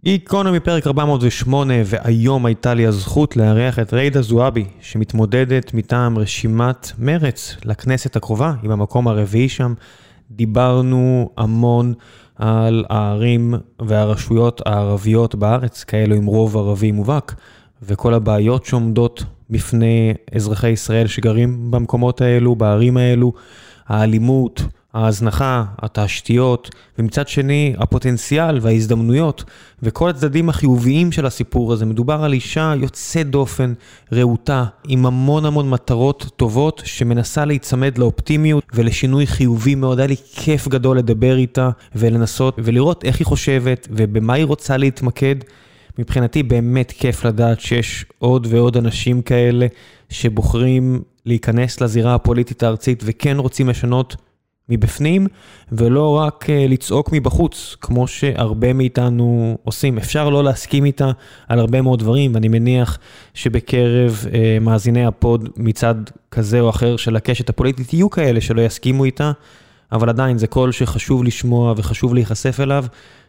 גיקונומי פרק 408, והיום הייתה לי הזכות לארח את ריידה זועבי, שמתמודדת מטעם רשימת מרץ לכנסת הקרובה, עם המקום הרביעי שם. דיברנו המון על הערים והרשויות הערביות בארץ, כאלו עם רוב ערבי מובהק, וכל הבעיות שעומדות בפני אזרחי ישראל שגרים במקומות האלו, בערים האלו, האלימות, ההזנחה, התשתיות, ומצד שני הפוטנציאל וההזדמנויות, וכל הצדדים החיוביים של הסיפור הזה. מדובר על אישה יוצאת דופן, רעותה, עם המון מטרות טובות, שמנסה להיצמד לאופטימיות ולשינוי חיובי מאוד. היה לי כיף גדול לדבר איתה ולנסות ולראות איך היא חושבת ובמה היא רוצה להתמקד. מבחינתי באמת כיף לדעת שיש עוד ועוד אנשים כאלה שבוחרים להיכנס לזירה הפוליטית הארצית וכן רוצים לשנות מבפנים, ולא רק לצעוק מבחוץ, כמו שהרבה מאיתנו עושים. אפשר לא להסכים איתה על הרבה מאוד דברים, ואני מניח שבקרב מאזיני הפוד מצד כזה או אחר של הקשת הפוליטית, יהיו כאלה שלא יסכימו איתה, אבל עדיין זה קול שחשוב לשמוע וחשוב להיחשף אליו,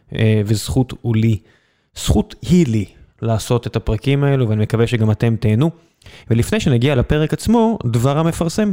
וזכות הוא לי. זכות היא לי לעשות את הפרקים האלו, ואני מקווה שגם אתם תהנו. ולפני שנגיע לפרק עצמו, דבר המפרסם.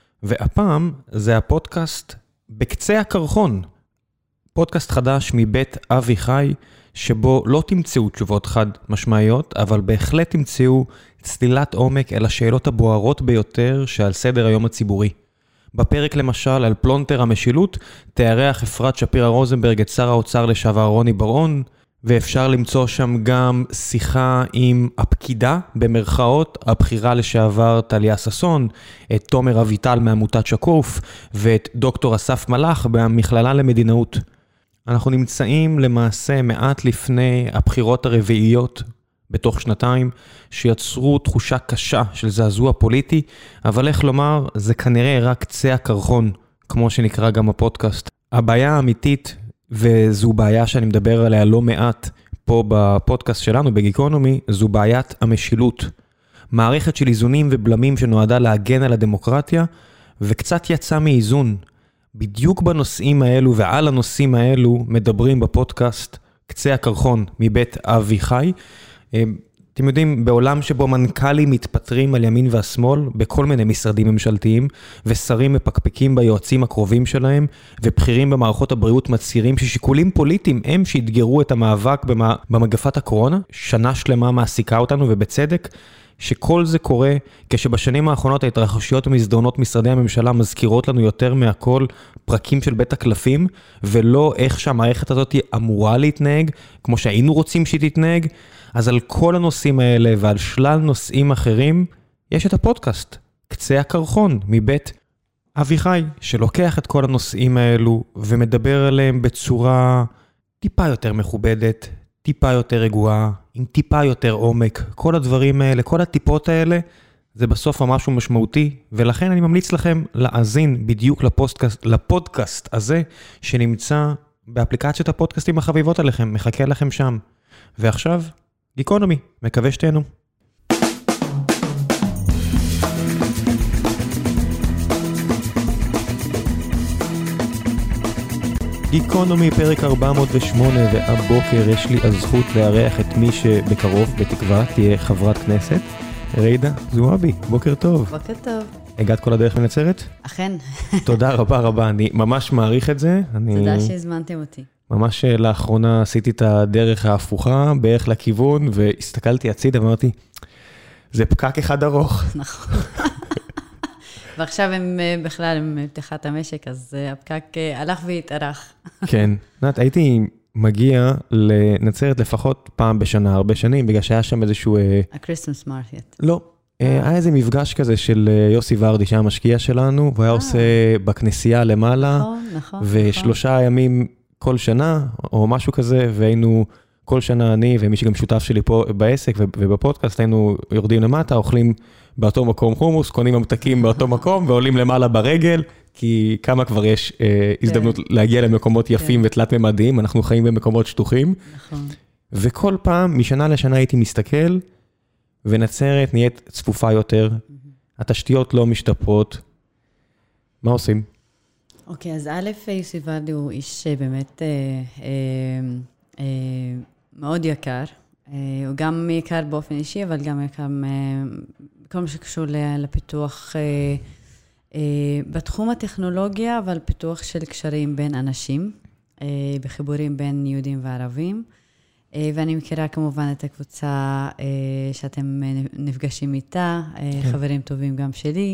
והפעם זה הפודקאסט בקצה הקרחון, פודקאסט חדש מבית אבי חי, שבו לא תמצאו תשובות חד משמעיות, אבל בהחלט תמצאו צלילת עומק אל השאלות הבוערות ביותר שעל סדר היום הציבורי. בפרק למשל על פלונטר המשילות, תארח אפרת שפירא רוזנברג את שר האוצר לשעבר רוני בר-און, ואפשר למצוא שם גם שיחה עם הפקידה, במרכאות, הבחירה לשעבר טליה ששון, את תומר אביטל מעמותת שקוף, ואת דוקטור אסף מלאך במכללה למדינאות. אנחנו נמצאים למעשה מעט לפני הבחירות הרביעיות, בתוך שנתיים, שיצרו תחושה קשה של זעזוע פוליטי, אבל איך לומר, זה כנראה רק קצה הקרחון, כמו שנקרא גם הפודקאסט. הבעיה האמיתית, וזו בעיה שאני מדבר עליה לא מעט פה בפודקאסט שלנו בגיקונומי, זו בעיית המשילות. מערכת של איזונים ובלמים שנועדה להגן על הדמוקרטיה, וקצת יצא מאיזון. בדיוק בנושאים האלו ועל הנושאים האלו מדברים בפודקאסט קצה הקרחון מבית אבי חי. אתם יודעים, בעולם שבו מנכ"לים מתפטרים על ימין והשמאל, בכל מיני משרדים ממשלתיים, ושרים מפקפקים ביועצים הקרובים שלהם, ובכירים במערכות הבריאות מצהירים ששיקולים פוליטיים הם שהתגרו את המאבק במגפת הקורונה, שנה שלמה מעסיקה אותנו ובצדק, שכל זה קורה כשבשנים האחרונות ההתרחשויות ומסדרונות משרדי הממשלה מזכירות לנו יותר מהכל פרקים של בית הקלפים, ולא איך שהמערכת הזאת אמורה להתנהג, כמו שהיינו רוצים שהיא תתנהג. אז על כל הנושאים האלה ועל שלל נושאים אחרים, יש את הפודקאסט, קצה הקרחון, מבית אבי חי, שלוקח את כל הנושאים האלו ומדבר עליהם בצורה טיפה יותר מכובדת, טיפה יותר רגועה, עם טיפה יותר עומק. כל הדברים האלה, כל הטיפות האלה, זה בסוף משהו משמעותי, ולכן אני ממליץ לכם להאזין בדיוק לפודקאסט הזה, שנמצא באפליקציות הפודקאסטים החביבות עליכם, מחכה לכם שם. ועכשיו, גיקונומי, מקווה שתהנו. גיקונומי פרק 408, והבוקר יש לי הזכות לארח את מי שבקרוב, בתקווה, תהיה חברת כנסת, ריידה זועבי. בוקר טוב. בוקר טוב. הגעת כל הדרך מנצרת? אכן. תודה רבה, אני ממש מעריך את זה. תודה שהזמנתם אותי. ממש לאחרונה עשיתי את הדרך ההפוכה, בערך לכיוון, והסתכלתי הצידה ואמרתי, זה פקק אחד ארוך. נכון. ועכשיו הם בכלל, הם פתיחת המשק, אז הפקק הלך והתארך. כן. הייתי מגיע לנצרת לפחות פעם בשנה, הרבה שנים, בגלל שהיה שם איזשהו... ה-Christmas market. לא. היה איזה מפגש כזה של יוסי ורדי, שהיה המשקיע שלנו, והוא היה עושה בכנסייה למעלה, ושלושה ימים כל שנה, או משהו כזה, והיינו כל שנה אני, ומי שגם שותף שלי פה בעסק ובפודקאסט, היינו יורדים למטה, אוכלים באותו מקום חומוס, קונים ממתקים באותו מקום, ועולים למעלה ברגל, כי כמה כבר יש הזדמנות להגיע למקומות יפים ותלת ממדיים, אנחנו חיים במקומות שטוחים. נכון. וכל פעם, משנה לשנה הייתי מסתכל, ונצרת נהיית צפופה יותר, התשתיות לא משתפרות. מה עושים? אוקיי, אז א', יוסי ורדי הוא איש באמת מאוד יקר. הוא גם יקר באופן אישי, אבל גם יקר בכל מה שקשור לפיתוח בתחום הטכנולוגיה, אבל פיתוח של קשרים בין אנשים, בחיבורים בין יהודים וערבים. ואני מכירה כמובן את הקבוצה שאתם נפגשים איתה, חברים טובים גם שלי.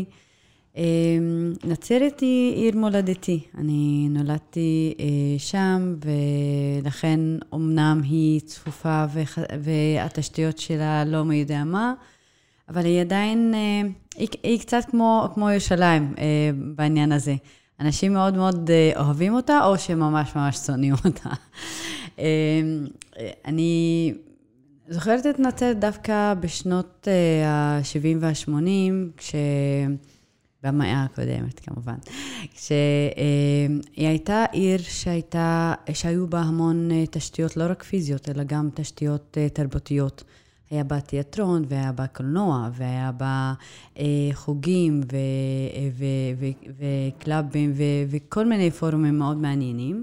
נצרת היא עיר מולדתי. אני נולדתי שם, ולכן אמנם היא צפופה והתשתיות שלה לא מי יודע מה, אבל היא עדיין, היא קצת כמו ירושלים בעניין הזה. אנשים מאוד מאוד אוהבים אותה, או שממש ממש שונאים אותה. אני זוכרת את נצרת דווקא בשנות ה-70 וה-80, במאה הקודמת כמובן, כשהיא הייתה עיר שהיו בה המון תשתיות, לא רק פיזיות, אלא גם תשתיות תרבותיות. היה בה תיאטרון, והיה בה קולנוע, והיה בה חוגים וקלאבים, וכל מיני פורומים מאוד מעניינים.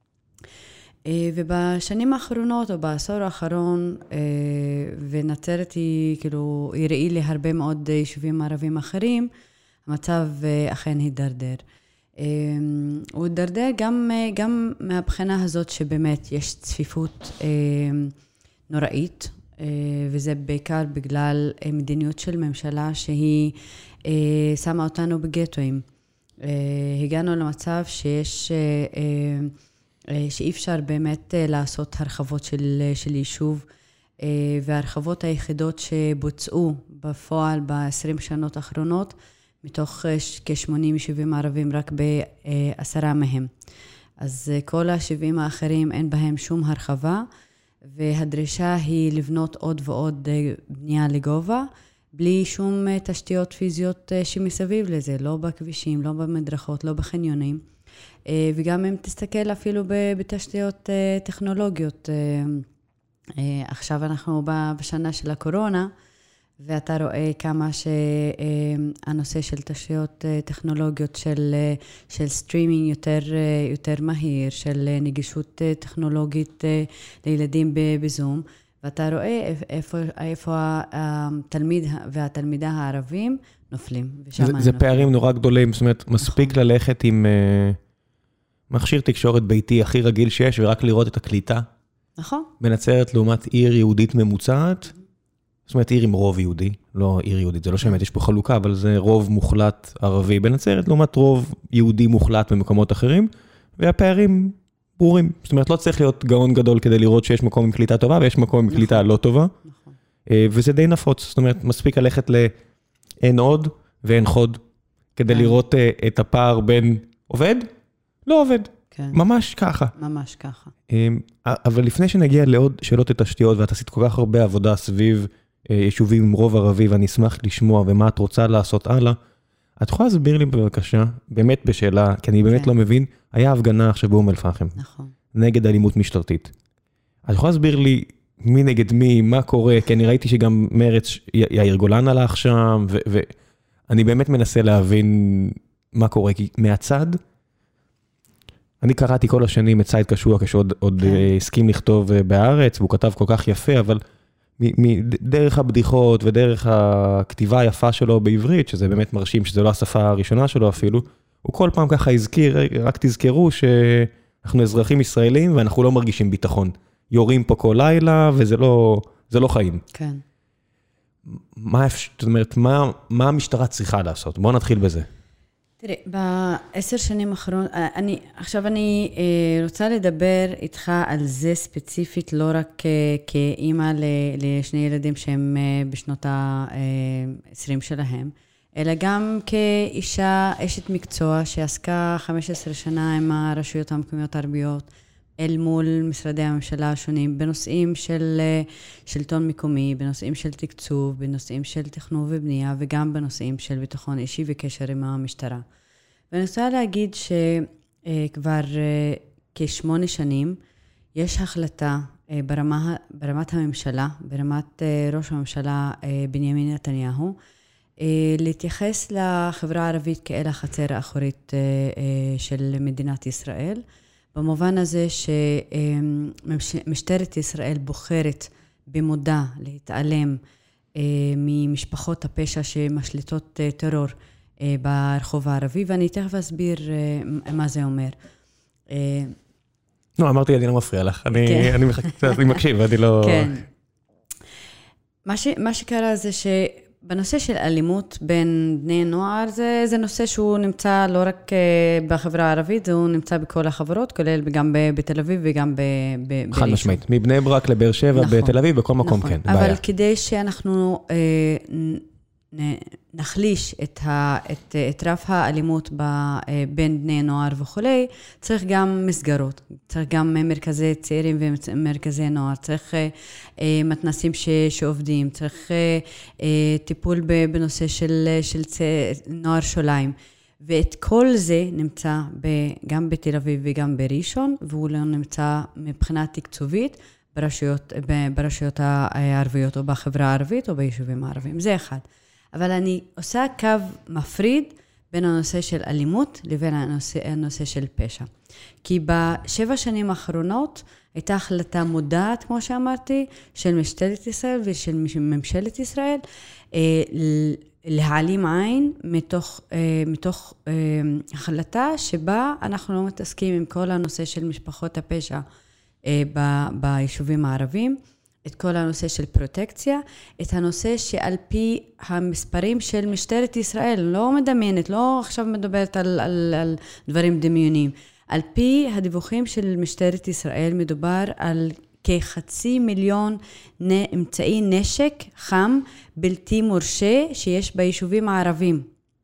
ובשנים האחרונות, או בעשור האחרון, ונצרת היא, כאילו, היא ראי להרבה מאוד יישובים ערבים אחרים, המצב אכן הידרדר. הוא הידרדר גם מהבחינה הזאת שבאמת יש צפיפות נוראית, וזה בעיקר בגלל מדיניות של ממשלה שהיא שמה אותנו בגטואים. הגענו למצב שאי אפשר באמת לעשות הרחבות של יישוב, והרחבות היחידות שבוצעו בפועל ב-20 שנות האחרונות, מתוך כ-80 יישובים ערבים רק ב10 מהם. אז כל ה-70 האחרים אין בהם שום הרחבה, והדרישה היא לבנות עוד ועוד בנייה לגובה, בלי שום תשתיות פיזיות שמסביב לזה, לא בכבישים, לא במדרכות, לא בחניונים. וגם אם תסתכל אפילו בתשתיות טכנולוגיות, עכשיו אנחנו בשנה של הקורונה, ואתה רואה כמה שהנושא של תשתיות טכנולוגיות של סטרימינג יותר מהיר, של נגישות טכנולוגית לילדים בזום, ואתה רואה איפה התלמיד והתלמידה הערבים נופלים. זה פערים נורא גדולים, זאת אומרת, מספיק ללכת עם מכשיר תקשורת ביתי הכי רגיל שיש, ורק לראות את הקליטה. נכון. בנצרת לעומת עיר יהודית ממוצעת, זאת אומרת, עיר עם רוב יהודי, לא עיר יהודית, זה לא באמת, יש פה חלוקה, אבל זה רוב מוחלט ערבי בנצרת, לעומת רוב יהודי מוחלט במקומות אחרים, והפערים ברורים. זאת אומרת, לא צריך להיות גאון גדול כדי לראות שיש מקום עם קליטה טובה, ויש מקום עם קליטה לא טובה, וזה די נפוץ. זאת אומרת, מספיק ללכת לאין עוד ואין חוד, כדי לראות את הפער בין עובד, לא עובד. ממש ככה. ממש ככה. אבל לפני שנגיע לעוד שאלות לתשתיות, ואת עשית כל כך הרבה עבודה סביב יישובים עם רוב ערבי, ואני אשמח לשמוע ומה את רוצה לעשות הלאה, את יכולה להסביר לי בבקשה, באמת בשאלה, כי אני באמת לא מבין, היה הפגנה עכשיו באום אל-פחם, נגד אלימות משטרתית. את יכולה להסביר לי מי נגד מי, מה קורה, כי אני ראיתי שגם מרץ, יאיר גולן הלך שם, ואני באמת מנסה להבין מה קורה, כי מהצד, אני קראתי כל השנים את סייד קשוע, כשעוד הסכים לכתוב בארץ, והוא כתב כל כך יפה, אבל דרך הבדיחות ודרך הכתיבה היפה שלו בעברית, שזה באמת מרשים שזו לא השפה הראשונה שלו אפילו, הוא כל פעם ככה הזכיר, רק תזכרו שאנחנו אזרחים ישראלים ואנחנו לא מרגישים ביטחון. יורים פה כל לילה וזה לא חיים. כן. זאת אומרת, מה המשטרה צריכה לעשות? בואו נתחיל בזה. תראי, ב10 שנים האחרונות, עכשיו אני רוצה לדבר איתך על זה ספציפית, לא רק כאימא לשני ילדים שהם בשנות ה-20 שלהם, אלא גם כאישה, אשת מקצוע שעסקה 15 שנה עם הרשויות המקומיות הערביות, אל מול משרדי הממשלה השונים, בנושאים של שלטון מקומי, בנושאים של תקצוב, בנושאים של תכנון ובנייה, וגם בנושאים של ביטחון אישי וקשר עם המשטרה. ואני רוצה להגיד שכבר כ8 שנים, יש החלטה ברמת הממשלה, ברמת ראש הממשלה בנימין נתניהו, להתייחס לחברה הערבית כאל החצר האחורית של מדינת ישראל, במובן הזה שמשטרת ישראל בוחרת במודע להתעלם ממשפחות הפשע שמשליטות טרור ברחוב הערבי, ואני תכף אסביר מה זה אומר. לא, אמרתי, אני לא מפריע לך. אני מקשיב, אני לא... כן. מה שקרה זה שבנושא של אלימות בין בני נוער, זה נושא שהוא נמצא לא רק בחברה הערבית, הוא נמצא בכל החברות, כולל גם בתל אביב וגם בראשון. חד משמעית, מבני ברק לבאר שבע, בתל אביב, בכל מקום, כן. אבל כדי שאנחנו נחליש את רף האלימות בין בני נוער וכולי, צריך גם מסגרות, צריך גם מרכזי צעירים ומרכזי נוער, צריך מתנסים שעובדים, צריך טיפול בנושא של נוער שוליים. ואת כל זה נמצא גם בתל אביב וגם בראשון, והוא לא נמצא מבחינה תקצובית ברשויות הערביות או בחברה הערבית או ביישובים הערביים. זה אחד. אבל אני עושה קו מפריד בין הנושא של אלימות לבין הנושא של פשע. כי בשבע שנים האחרונות הייתה החלטה מודעת, כמו שאמרתי, של משטרת ישראל ושל ממשלת ישראל, להעלים עין מתוך החלטה שבה אנחנו לא מתעסקים עם כל הנושא של משפחות הפשע ביישובים הערבים, את כל הנושא של פרוטקציה, את הנושא שעל פי המספרים של משטרת ישראל, לא מדמיינת, לא עכשיו מדברת על דברים דמיוניים, על פי הדיווחים של משטרת ישראל מדובר על כ500,000 אמצעי נשק חם בלתי מורשה שיש ביישובים הערבים.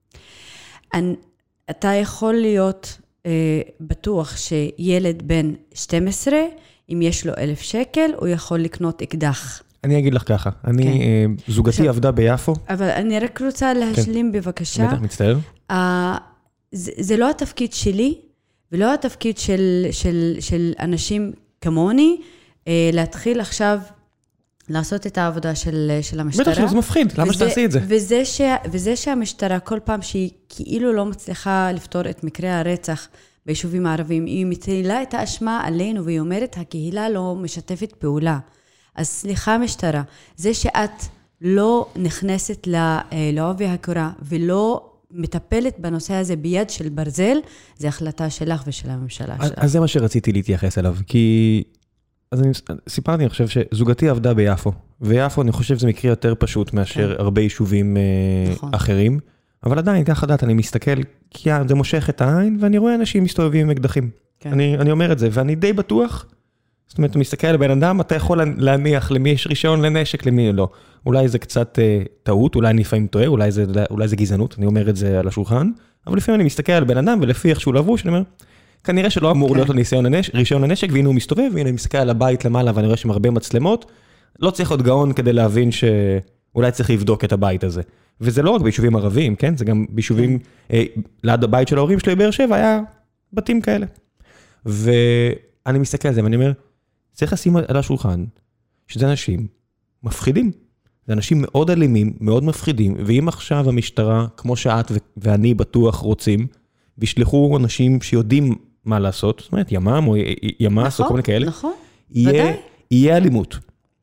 אתה יכול להיות בטוח שילד בן 12, אם יש לו 1,000 שקל, הוא יכול לקנות אקדח. אני אגיד לך ככה, זוגתי עבדה ביפו. אבל אני רק רוצה להשלים בבקשה. בטח, מצטער. זה לא התפקיד שלי, ולא התפקיד של אנשים כמוני, להתחיל עכשיו לעשות את העבודה של המשטרה. בטח, זה מפחיד, למה שתעשי את זה? וזה שהמשטרה כל פעם שהיא כאילו לא מצליחה לפתור את מקרי הרצח ביישובים הערביים, היא מטילה את האשמה עלינו, והיא אומרת, הקהילה לא משתפת פעולה. אז סליחה משטרה, זה שאת לא נכנסת לעובי הקורה, ולא מטפלת בנושא הזה ביד של ברזל, זה החלטה שלך ושל הממשלה שלך. אז זה מה שרציתי להתייחס אליו, כי... אז סיפרתי, אני חושב שזוגתי עבדה ביפו, ויפו אני חושב שזה מקרה יותר פשוט מאשר הרבה יישובים אחרים, אבל עדיין, ככה דעת, אני מסתכל, כי זה מושך את העין, ואני רואה אנשים מסתובבים עם אקדחים. אני אומר את זה, ואני די בטוח, זאת אומרת, הוא מסתכל על בן אדם, אתה יכול להניח למי יש רישיון לנשק, למי לא. אולי זה קצת טעות, אולי אני לפעמים טועה, אולי זה גזענות, אני אומר את זה על השולחן, אבל לפעמים אני מסתכל על בן אדם, ולפי איך שהוא לבוש, אני אומר, כנראה שלא אמור להיות לו רישיון לנשק, והנה הוא מסתובב, והנה אני מסתכל על הבית למעלה, ואני רואה שם הרבה מצלמות, לא צריך עוד גאון כדי להבין שאולי צריך לבדוק את הבית הזה. וזה לא רק ביישובים ערביים, כן? זה גם ביישובים, ליד הבית של ההורים שלי בבאר שבע, היה בתים כאלה. ואני מסתכל על זה, ואני אומר, צריך לשים על השולחן, שזה אנשים מפחידים. זה אנשים מאוד אלימים, מאוד מפחידים, ואם עכשיו המשטרה, כמו שאת ואני בטוח רוצים, וישלחו אנשים שיודעים מה לעשות, זאת אומרת, ימ"מ או ימ"ס או כל מיני כאלה, נכון, ודאי. יהיה אלימות.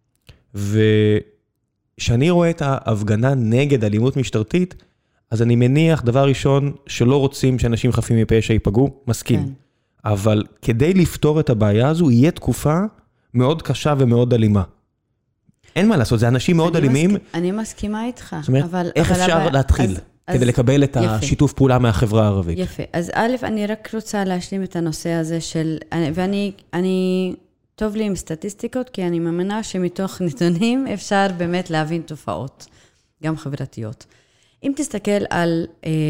וכשאני רואה את ההפגנה נגד אלימות משטרתית, אז אני מניח, דבר ראשון, שלא רוצים שאנשים חפים מפשע ייפגעו, מסכים. כן. אבל כדי לפתור את הבעיה הזו, יהיה תקופה מאוד קשה ומאוד אלימה. אין מה לעשות, זה אנשים מאוד אלימים. אני מסכימה איתך. זאת אומרת, איך אפשר להתחיל כדי לקבל את השיתוף פעולה מהחברה הערבית? יפה. אז א', אני רק רוצה להשלים את הנושא הזה של, ואני טוב לי עם סטטיסטיקות, כי אני מאמינה שמתוך נתונים אפשר באמת להבין תופעות, גם חברתיות. אם תסתכל על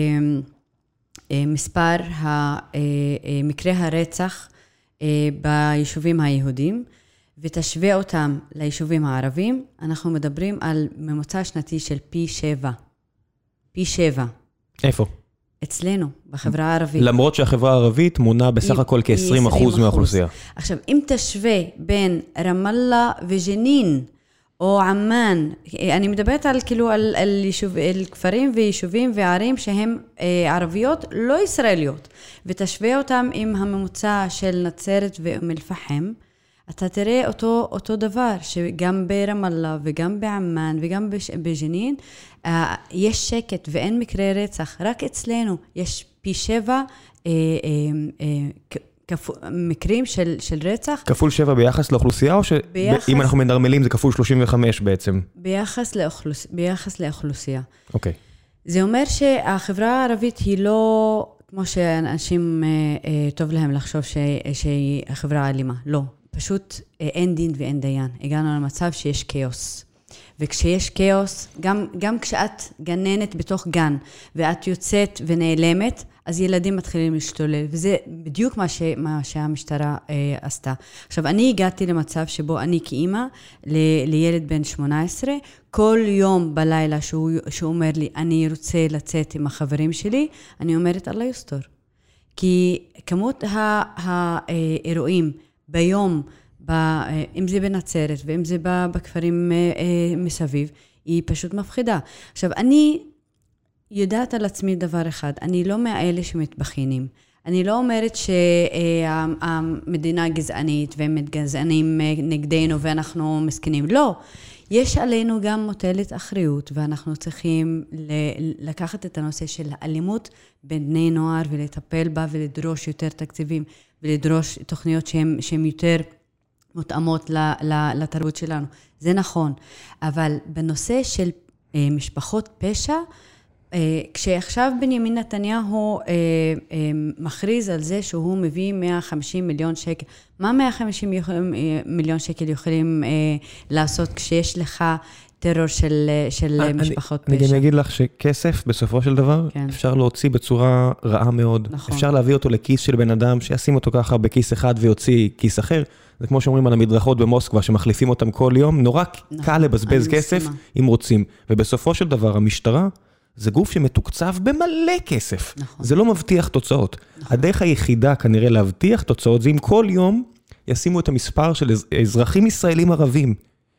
מספר מקרי הרצח ביישובים היהודים, ותשווה אותם ליישובים הערבים, אנחנו מדברים על ממוצע שנתי של פי 7. פי 7. איפה? אצלנו, בחברה הערבית. למרות שהחברה הערבית מונה בסך הכל כ-20% מהאוכלוסייה. עכשיו, אם תשווה בין רמאללה וג'נין, או עמן, אני מדברת על כאילו על כפרים ויישובים וערים שהם ערביות לא ישראליות, ותשווה אותם עם הממוצע של נצרת ואום אל-פחם, אתה תראה אותו דבר, שגם ברמאללה וגם בעמן וגם בג'נין, יש שקט ואין מקרי רצח, רק אצלנו יש פי 7 מקרים של רצח. כפול 7 ביחס לאוכלוסייה, או שאם אנחנו מנרמלים זה כפול 35 בעצם? ביחס לאוכלוסייה. אוקיי. זה אומר שהחברה הערבית היא לא, כמו שאנשים טוב להם לחשוב שהיא החברה אלימה, לא. פשוט אין דין ואין דיין. הגענו למצב שיש כאוס. וכשיש כאוס, גם כשאת גננת בתוך גן, ואת יוצאת ונעלמת, אז ילדים מתחילים להשתולל, וזה בדיוק מה שהמשטרה עשתה. עכשיו, אני הגעתי למצב שבו אני כאימא, לילד בן 18, כל יום בלילה שהוא אומר לי, אני רוצה לצאת עם החברים שלי, אני אומרת, אללה יסתור. כי כמות האירועים ביום, אם זה בנצרת ואם זה בכפרים מסביב, היא פשוט מפחידה. עכשיו, אני יודעת על עצמי דבר אחד, אני לא מאלה שמתבחינים. אני לא אומרת שהמדינה גזענית והם מתגזענים נגדנו ואנחנו מסכנים. לא, יש עלינו גם מוטלת אחריות, ואנחנו צריכים לקחת את הנושא של האלימות בין בני נוער ולטפל בה ולדרוש יותר תקציבים ולדרוש תוכניות שהן יותר מותאמות לתרבות שלנו. זה נכון, אבל בנושא של משפחות פשע, כשעכשיו בנימין נתניהו מכריז על זה שהוא מביא 150 מיליון שקל, מה 150 מיליון שקל יכולים לעשות כשיש לך טרור של משפחות פשע? אני גם אגיד לך שכסף בסופו של דבר אפשר להוציא בצורה רעה מאוד. אפשר להביא אותו לכיס של בן אדם שישים אותו ככה בכיס אחד ויוציא כיס אחר. זה כמו שאומרים על המדרכות במוסקבה שמחליפים אותם כל יום, נורא קל לבזבז כסף אם רוצים. ובסופו של דבר המשטרה זה גוף שמתוקצב במלא כסף. נכון. זה לא מבטיח תוצאות. נכון. הדרך היחידה כנראה להבטיח תוצאות, זה אם כל יום ישימו את המספר של אזרחים ישראלים ערבים,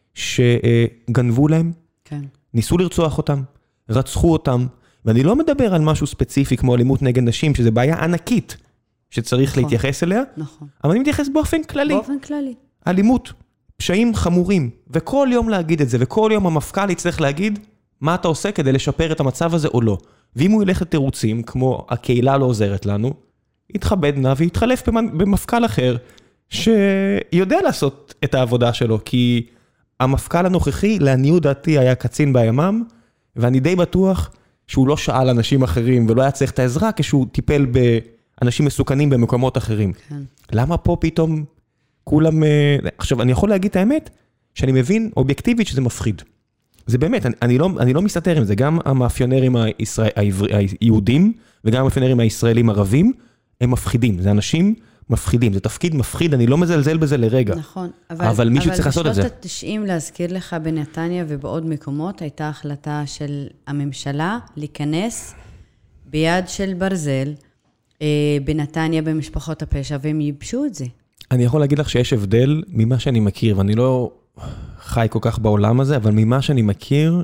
שגנבו להם, כן. ניסו לרצוח אותם, רצחו אותם, ואני לא מדבר על משהו ספציפי כמו אלימות נגד נשים, שזה בעיה ענקית שצריך נכון. להתייחס אליה, נכון. אבל אני מתייחס באופן כללי. באופן כללי. אלימות, פשעים חמורים, וכל יום להגיד את זה, וכל יום המפכ"ל יצטרך להגיד, מה אתה עושה כדי לשפר את המצב הזה או לא. ואם הוא ילך לתירוצים, כמו הקהילה לא עוזרת לנו, יתכבד נא ויתחלף במפכ"ל אחר, שיודע לעשות את העבודה שלו, כי המפכ"ל הנוכחי, לעניות דעתי, היה קצין בימ"מ, ואני די בטוח שהוא לא שאל אנשים אחרים, ולא היה צריך את העזרה, כשהוא טיפל באנשים מסוכנים במקומות אחרים. כן. למה פה פתאום כולם... עכשיו, אני יכול להגיד את האמת, שאני מבין אובייקטיבית שזה מפחיד. זה באמת, אני לא מסתתר עם זה, גם המאפיונרים היהודים, וגם המאפיונרים הישראלים ערבים, הם מפחידים, זה אנשים מפחידים, זה תפקיד מפחיד, אני לא מזלזל בזה לרגע. נכון, אבל מישהו צריך לעשות את זה. אבל בשנות ה-90 להזכיר לך בנתניה ובעוד מקומות, הייתה החלטה של הממשלה להיכנס ביד של ברזל, בנתניה במשפחות הפשע, והם ייבשו את זה. אני יכול להגיד לך שיש הבדל ממה שאני מכיר, ואני לא... חי כל כך בעולם הזה, אבל ממה שאני מכיר,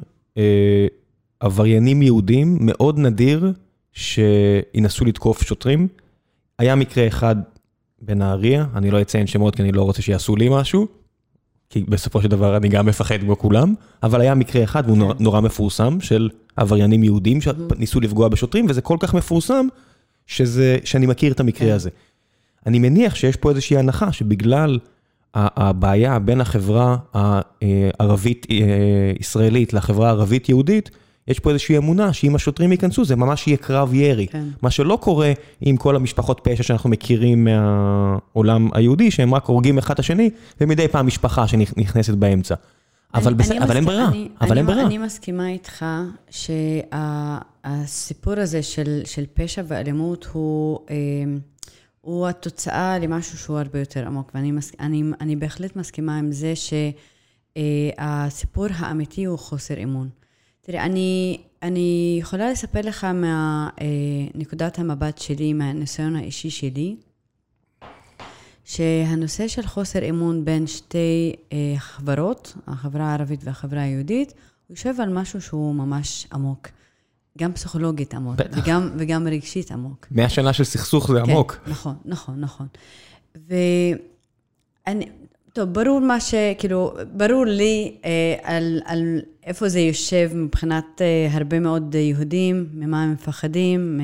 עבריינים יהודים מאוד נדיר שינסו לתקוף שוטרים. היה מקרה אחד בנהריה, אני לא אציין שמות כי אני לא רוצה שיעשו לי משהו, כי בסופו של דבר אני גם מפחד כמו כולם, אבל היה מקרה אחד והוא נורא מפורסם של עבריינים יהודים שניסו לפגוע בשוטרים, וזה כל כך מפורסם שאני מכיר את המקרה הזה. אני מניח שיש פה איזושהי הנחה שבגלל הבעיה בין החברה הערבית-ישראלית לחברה הערבית-יהודית, יש פה איזושהי אמונה שאם השוטרים ייכנסו, זה ממש יהיה קרב ירי. כן. מה שלא קורה עם כל המשפחות פשע שאנחנו מכירים מהעולם היהודי, שהם רק הורגים אחד השני, ומדי פעם משפחה שנכנסת באמצע. אבל אין ברירה. אני מסכימה איתך שהסיפור הזה של פשע ואלימות הוא התוצאה למשהו שהוא הרבה יותר עמוק, ואני בהחלט מסכימה עם זה שהסיפור האמיתי הוא חוסר אמון. תראה, אני יכולה לספר לך מהנקודת המבט שלי, מהניסיון האישי שלי, שהנושא של חוסר אמון בין שתי חברות, החברה הערבית והחברה היהודית, הוא יושב על משהו שהוא ממש עמוק. גם פסיכולוגית עמוק, וגם רגשית עמוק. 100 שנה של סכסוך זה עמוק. נכון, נכון, נכון. טוב, ברור לי על איפה זה יושב מבחינת הרבה מאוד יהודים, ממה הם מפחדים,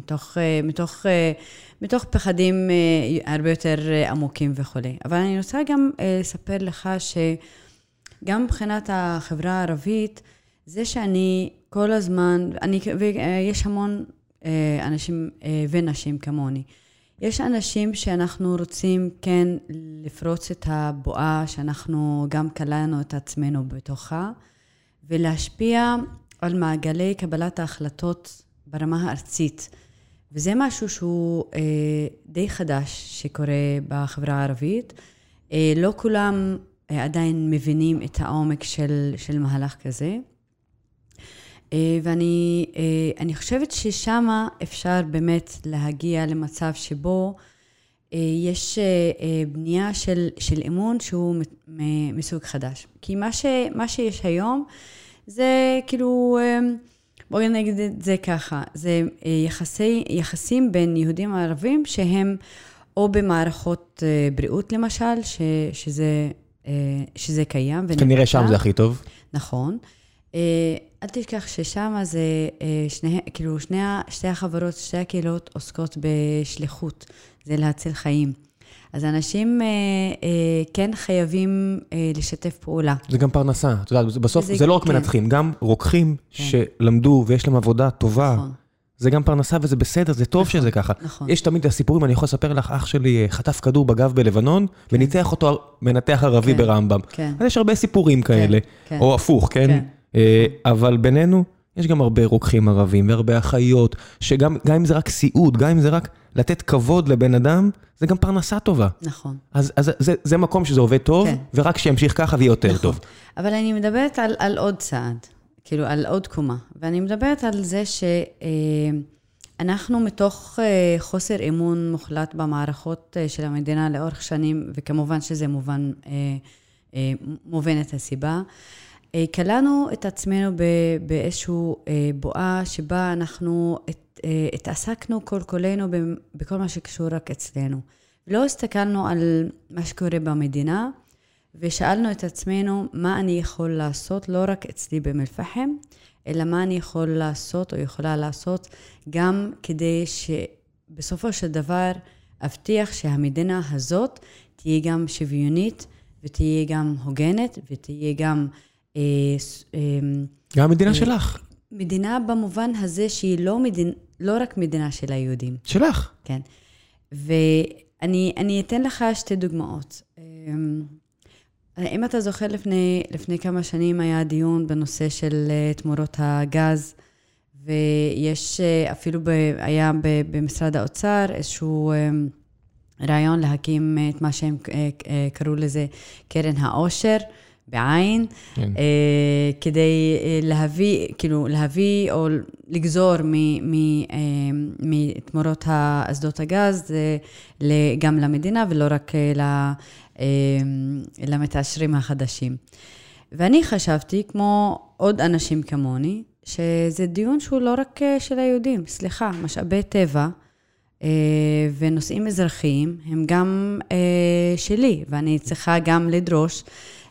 מתוך פחדים הרבה יותר עמוקים וכו'. אבל אני רוצה גם לספר לך שגם מבחינת החברה הערבית, זה שאני כל הזמן, ויש המון אנשים ונשים כמוני, יש אנשים שאנחנו רוצים כן לפרוץ את הבועה, שאנחנו גם קלענו את עצמנו בתוכה, ולהשפיע על מעגלי קבלת ההחלטות ברמה הארצית. וזה משהו שהוא די חדש שקורה בחברה הערבית. לא כולם עדיין מבינים את העומק של מהלך כזה. ואני חושבת ששמה אפשר באמת להגיע למצב שבו יש בנייה של אמון שהוא מסוג חדש. כי מה שיש היום זה כאילו, בואו נגיד את זה ככה, זה יחסים בין יהודים וערבים שהם או במערכות בריאות למשל, שזה קיים. כנראה שם זה הכי טוב. נכון. אל תשכח ששם זה שתי החברות, שתי הקהילות עוסקות בשליחות, זה להציל חיים. אז אנשים כן חייבים לשתף פעולה. זה גם פרנסה, את יודעת, בסוף זה לא רק מנתחים, גם רוקחים שלמדו ויש להם עבודה טובה, זה גם פרנסה וזה בסדר, זה טוב שזה ככה. יש תמיד הסיפורים, אני יכול לספר לך, אח שלי חטף כדור בגב בלבנון, וניתח אותו מנתח ערבי ברמב"ם. אז יש הרבה סיפורים כאלה, או הפוך, כן? אבל בינינו, יש גם הרבה רוקחים ערבים, והרבה אחיות, שגם אם זה רק סיעוד, גם אם זה רק לתת כבוד לבן אדם, זה גם פרנסה טובה. נכון. אז זה מקום שזה עובד טוב, ורק שימשיך ככה ויהיה יותר טוב. אבל אני מדברת על עוד צעד, כאילו על עוד קומה, ואני מדברת על זה שאנחנו מתוך חוסר אמון מוחלט במערכות של המדינה לאורך שנים, וכמובן שזה מובן את הסיבה, קלענו את עצמנו באיזשהו בועה שבה אנחנו התעסקנו כל כולנו בכל מה שקשור רק אצלנו. לא הסתכלנו על מה שקורה במדינה, ושאלנו את עצמנו מה אני יכול לעשות, לא רק אצלי באום אל-פחם, אלא מה אני יכול לעשות או יכולה לעשות, גם כדי שבסופו של דבר אבטיח שהמדינה הזאת תהיה גם שוויונית, ותהיה גם הוגנת, ותהיה גם גם המדינה שלך. מדינה במובן הזה שהיא לא רק מדינה של היהודים. שלך. כן. ואני אתן לך שתי דוגמאות. אם אתה זוכר לפני כמה שנים היה דיון בנושא של תמורות הגז, ויש אפילו היה במשרד האוצר איזשהו רעיון להקים את מה שהם קראו לזה קרן העושר, בעין, כדי להביא או לגזור מתמורות אסדות הגז גם למדינה ולא רק למתעשרים החדשים. ואני חשבתי, כמו עוד אנשים כמוני, שזה דיון שהוא לא רק של היהודים, סליחה, משאבי טבע ונושאים אזרחיים הם גם שלי, ואני צריכה גם לדרוש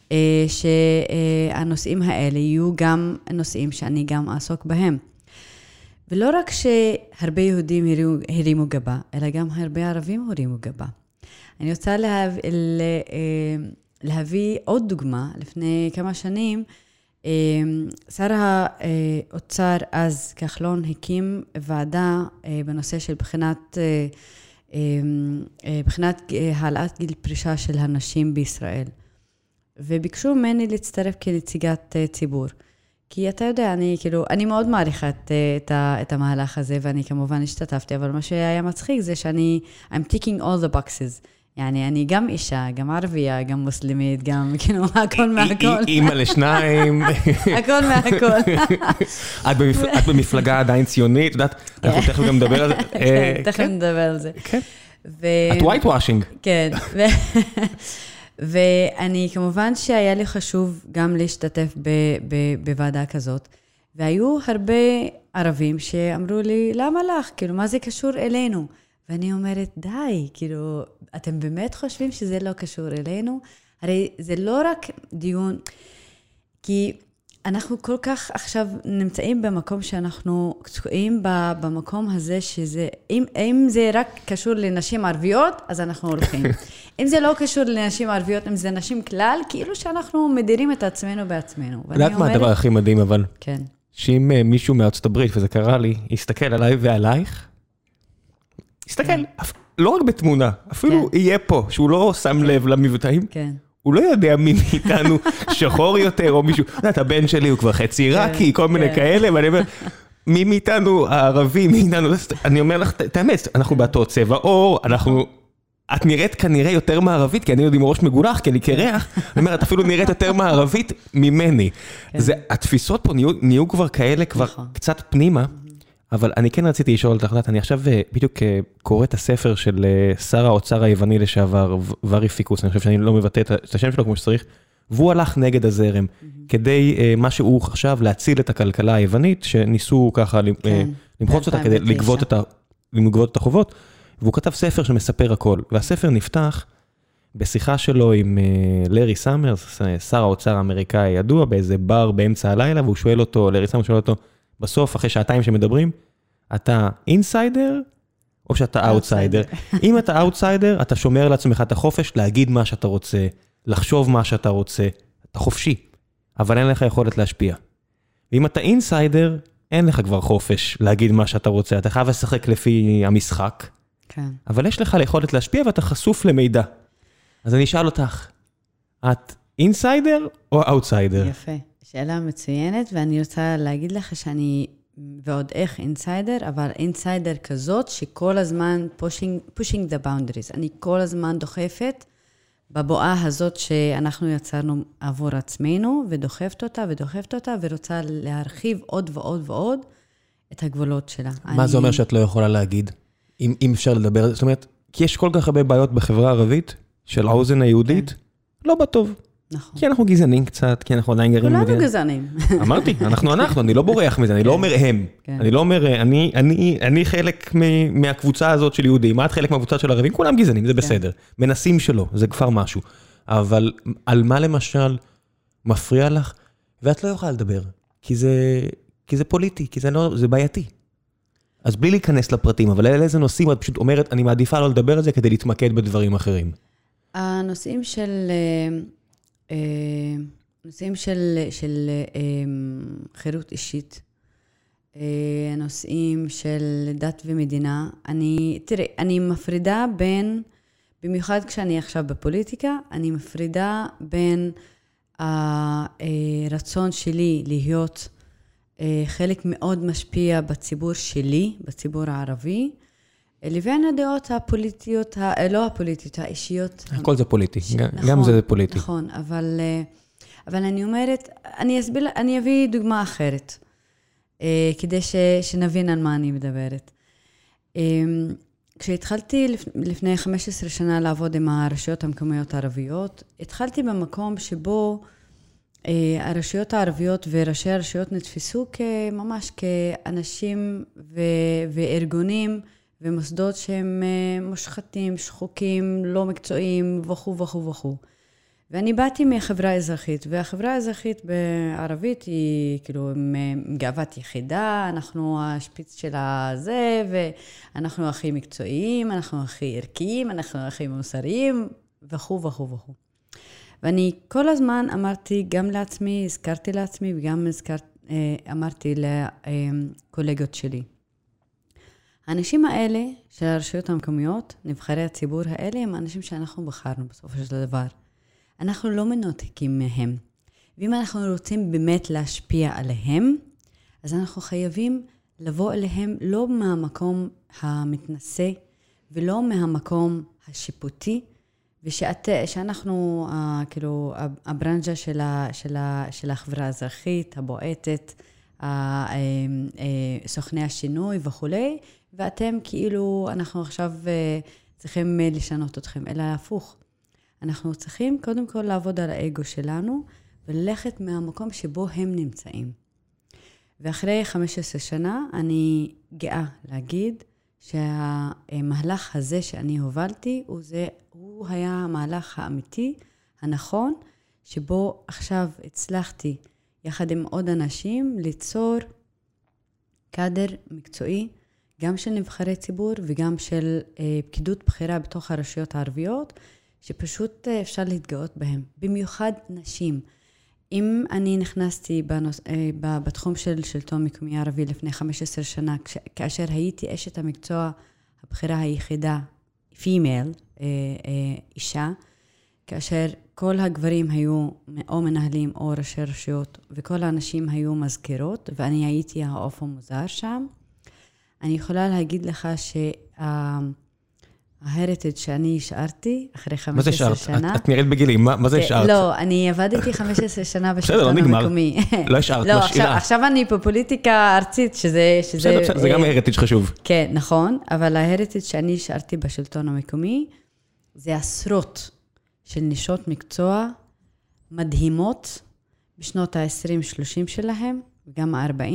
שהנושאים האלה יהיו גם נושאים שאני גם אעסוק בהם. ולא רק שהרבה יהודים הרימו גבה, אלא גם הרבה ערבים הרימו גבה. אני רוצה להביא עוד דוגמה. לפני כמה שנים, שר האוצר אז כחלון הקים ועדה בנושא של בחינת העלאת גיל פרישה של הנשים בישראל. וביקשו ממני להצטרף כנציגת ציבור. כי אתה יודע, אני מאוד מעריכה את המהלך הזה, ואני כמובן השתתפתי, אבל מה שהיה מצחיק זה שאני, I'm ticking all the boxes. אני גם אישה, גם ערבייה, גם מוסלמית, גם הכל מהכל. אימא לשניים. הכל מהכל. את במפלגה עדיין ציונית, את יודעת, אנחנו תכף גם נדבר על זה. תכף נדבר על זה. את white washing. כן. ואני כמובן שהיה לי חשוב גם להשתתף בוועדה כזאת, והיו הרבה ערבים שאמרו לי, למה לך? כאילו, מה זה קשור אלינו? ואני אומרת, די, כאילו, אתם באמת חושבים שזה לא קשור אלינו? הרי זה לא רק דיון, כי אנחנו כל כך עכשיו נמצאים במקום שאנחנו תקועים במקום הזה, שזה, אם זה רק קשור לנשים ערביות, אז אנחנו הולכים. אם זה לא קשור לנשים ערביות, אם זה נשים כלל, כאילו שאנחנו מדירים את עצמנו בעצמנו. יודעת מה הדבר הכי מדהים, אבל? כן. שאם מישהו מארצות הברית, וזה קרה לי, יסתכל עליי ועלייך, יסתכל, לא רק בתמונה, אפילו יהיה פה, שהוא לא שם לב למבטאים, הוא לא יודע מי מאיתנו שחור יותר, או מישהו, את הבן שלי הוא כבר חצי עיראקי, כל מיני כאלה, ואני אומר, מי מאיתנו הערבי, מאיתנו, אני אומר לך, את האמת, אנחנו באותו צבע אור, את נראית כנראה יותר מערבית, כי אני יודע עם ראש מגולח, כי אני קרח, אני אומר, את אפילו נראית יותר מערבית ממני. התפיסות פה נהיו כבר כאלה, כבר קצת פנימה, אבל אני כן רציתי לשאול אותך, אני עכשיו בדיוק קורא את הספר של שר האוצר היווני לשעבר, ורי פיקוס, אני חושב שאני לא מבטא את השם שלו כמו שצריך, והוא הלך נגד הזרם, כדי מה שהוא חשב להציל את הכלכלה היוונית, שניסו ככה למחוץ אותה כדי לגבות את החובות, והוא כתב ספר שמספר הכל, והספר נפתח בשיחה שלו עם לארי סאמרס, שר האוצר האמריקאי ידוע, באיזה בר באמצע הלילה, והוא שואל אותו, לארי סאמרס שואל אותו, בסוף, אחרי שעתיים שמדברים, אתה אינסיידר או שאתה אאוטסיידר? אם אתה אאוטסיידר, אתה שומר לעצמך את החופש להגיד מה שאתה רוצה, לחשוב מה שאתה רוצה, אתה חופשי, אבל אין לך יכולת להשפיע. ואם אתה אינסיידר, אין לך כבר חופש להגיד מה שאתה רוצה, אתה חייב לשחק לפי המשחק, אבל יש לך יכולת להשפיע ואתה חשוף למידע. אז אני אשאל אותך, את אינסיידר או אאוטסיידר? יפה. שאלה מצוינת, ואני רוצה להגיד לך שאני, ועוד איך אינסיידר, אבל אינסיידר כזאת שכל הזמן pushing the boundaries. אני כל הזמן דוחפת בבועה הזאת שאנחנו יצרנו עבור עצמנו, ודוחפת אותה, ורוצה להרחיב עוד ועוד ועוד את הגבולות שלה. מה זה אומר שאת לא יכולה להגיד? אם אפשר לדבר, זאת אומרת, כי יש כל כך הרבה בעיות בחברה הערבית, של האוזן היהודית, לא בטוב. נכון. כי אנחנו גזענים קצת, כי אנחנו עדיין גרים... כולנו גזענים. אמרתי, אנחנו, אני לא בורח מזה, אני לא אומר הם. אני לא אומר, אני חלק מהקבוצה הזאת של יהודים, מה את חלק מהקבוצה של ערבים? כולם גזענים, זה בסדר. מנסים שלא, זה כבר משהו. אבל על מה למשל מפריע לך, ואת לא יכולה לדבר, כי זה פוליטי, כי זה בעייתי. אז בלי להיכנס לפרטים, אבל איזה נושאים, את פשוט אומרת, אני מעדיפה לא לדבר על זה כדי להתמקד בדברים אחרים. הנושאים של חירות אישית, הנושאים של דת ומדינה, אני מפרידה בין, במיוחד כשאני עכשיו בפוליטיקה, אני מפרידה בין הרצון שלי להיות חלק מאוד משפיע בציבור שלי, בציבור הערבי, לבין הדעות הפוליטיות, לא הפוליטיות, האישיות. הכל זה פוליטי, גם זה פוליטי. נכון, אבל אני אומרת, אני אביא דוגמה אחרת, כדי שנבין על מה אני מדברת. כשהתחלתי לפני 15 שנה לעבוד עם הרשויות המקומיות הערביות, התחלתי במקום שבו הרשויות הערביות וראשי הרשויות נתפסו ממש כאנשים וארגונים ומוסדות שהם מושחתים, שחוקים, לא מקצועיים וכו' וכו' וכו'. ואני באתי מחברה אזרחית, והחברה האזרחית בערבית היא כאילו גאוות יחידה, אנחנו השפיץ של הזה, ואנחנו הכי מקצועיים, אנחנו הכי ערכיים, אנחנו הכי מוסריים, וכו' וכו' וכו'. ואני כל הזמן אמרתי גם לעצמי, הזכרתי לעצמי, וגם אמרתי לקולגות שלי. האנשים האלה של הרשויות המקומיות, נבחרי הציבור האלה, הם האנשים שאנחנו בחרנו בסופו של דבר. אנחנו לא מנותקים מהם. ואם אנחנו רוצים באמת להשפיע עליהם, אז אנחנו חייבים לבוא אליהם לא מהמקום המתנשא, ולא מהמקום השיפוטי, ושאנחנו, כאילו, הברנג'ה של החברה האזרחית, הבועטת, סוכני השינוי וכו', ואתם כאילו, אנחנו עכשיו צריכים לשנות אתכם, אלא הפוך. אנחנו צריכים קודם כל לעבוד על האגו שלנו, וללכת מהמקום שבו הם נמצאים. ואחרי 15 שנה, אני גאה להגיד שהמהלך הזה שאני הובלתי, הוא היה המהלך האמיתי, הנכון, שבו עכשיו הצלחתי, יחד עם עוד אנשים, ליצור קאדר מקצועי, גם של נבחרי ציבור וגם של פקידות בחירה בתוך הרשויות הערביות, שפשוט אפשר להתגאות בהם. במיוחד נשים. אם אני נכנסתי בתחום של שלטון מקומי ערבי לפני 15 שנה, כאשר הייתי אשת המקצוע הבחירה היחידה, פימייל, אישה, כאשר כל הגברים היו או מנהלים או ראשי רשויות, וכל האנשים היו מזכירות, ואני הייתי העוף המוזר שם, אני יכולה להגיד לך ההריטג' שאני השארתי אחרי 15 שנה. מה זה השארת? את נראית בגילים, מה זה השארת? לא, אני עבדתי 15 שנה בשלטון המקומי. לא השארת, משאירה. עכשיו אני בפוליטיקה ארצית, שזה... זה גם ההריטג' חשוב. כן, נכון, אבל ההריטג' שאני השארתי בשלטון המקומי, זה עשרות של נשות מקצוע מדהימות, בשנות ה-20-30 שלהם, וגם ה-40,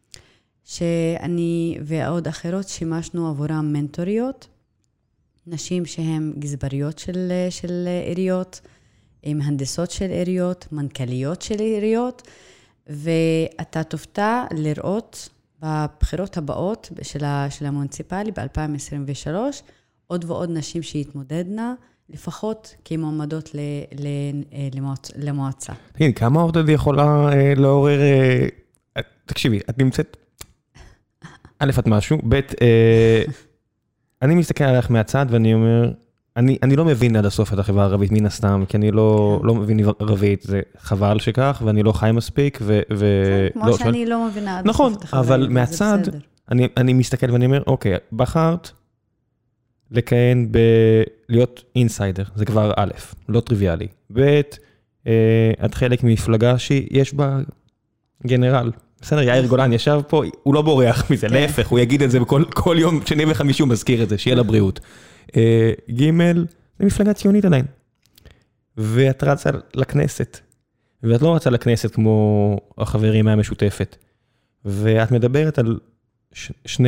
שאני ועוד אחרות שימשנו עבורם מנטוריות, נשים שהן גזבריות של עיריות, מהנדסות של עיריות, מנכ"ליות של עיריות, ואתה תופתע לראות בבחירות הבאות של המוניציפלי ב-2023, עוד ועוד נשים שהתמודדנה, לפחות כמועמדות למועצה. תגיד, כמה עוד את יכולה לעורר... תקשיבי, את נמצאת... א', את משהו, ב', אני מסתכל עליך מהצד ואני אומר, אני לא מבין עד הסוף את החברה הערבית מן הסתם, כי אני לא מבין ערבית, זה חבל שכך, ואני לא חי מספיק, כמו שאני לא מבינה עד הסוף את החברה הערבית, אבל מהצד, אני מסתכל ואני אומר, אוקיי, בחרת לכהן להיות אינסיידר, זה כבר א', לא טריוויאלי, ב', את חלק ממפלגה שיש בה גנרל, בסדר, יאיר גולן ישב פה, הוא לא בורח מזה, להפך, הוא יגיד את זה בכל יום שני וחמישי, הוא מזכיר את זה, שיהיה לבריאות. ג' זה מפלגה ציונית עדיין. ואת רצה לכנסת, ואת לא רצה לכנסת כמו החברים מהמשותפת. ואת מדברת על שתי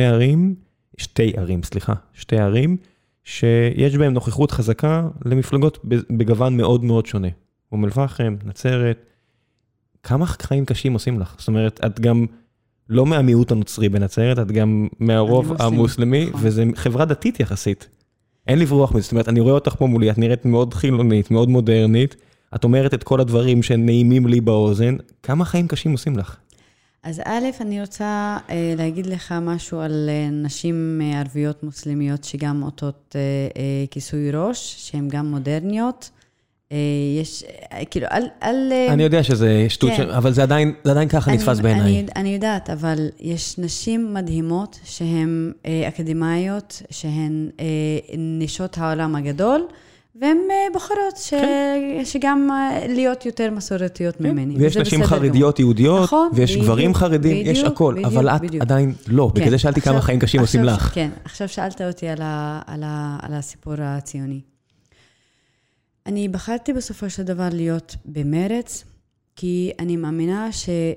ערים, שיש בהם נוכחות חזקה למפלגות בגוון מאוד מאוד שונה. אום אל-פחם, נצרת, כמה חיים קשים עושים לך? זאת אומרת, את גם לא מהמיעוט הנוצרי בנצרת, את גם מהרוב המוסלמי, וזה חברה דתית יחסית. אין לברוח מזה, זאת אומרת, אני רואה אותך פה מולי, את נראית מאוד חילונית, מאוד מודרנית, את אומרת את כל הדברים שנעימים לי באוזן, כמה חיים קשים עושים לך? אז א', אני רוצה להגיד לך משהו על נשים ערביות מוסלמיות, שגם עוטות כיסוי ראש, שהן גם מודרניות, יש, כאילו, אני יודע שזה שטות, אבל זה עדיין ככה נתפס בעיניי. אני יודעת, אבל יש נשים מדהימות שהן אקדמאיות, שהן נשות העולם הגדול, והן בוחרות שגם להיות יותר מסורתיות ממני. ויש נשים חרדיות יהודיות, ויש גברים חרדים, יש הכל, אבל את עדיין לא, בגלל זה שאלתי כמה חיים קשים עושים לך. כן, עכשיו שאלת אותי על הסיפור הציוני. אני בחרתי בסופו של דבר להיות במרץ, כי אני מאמינה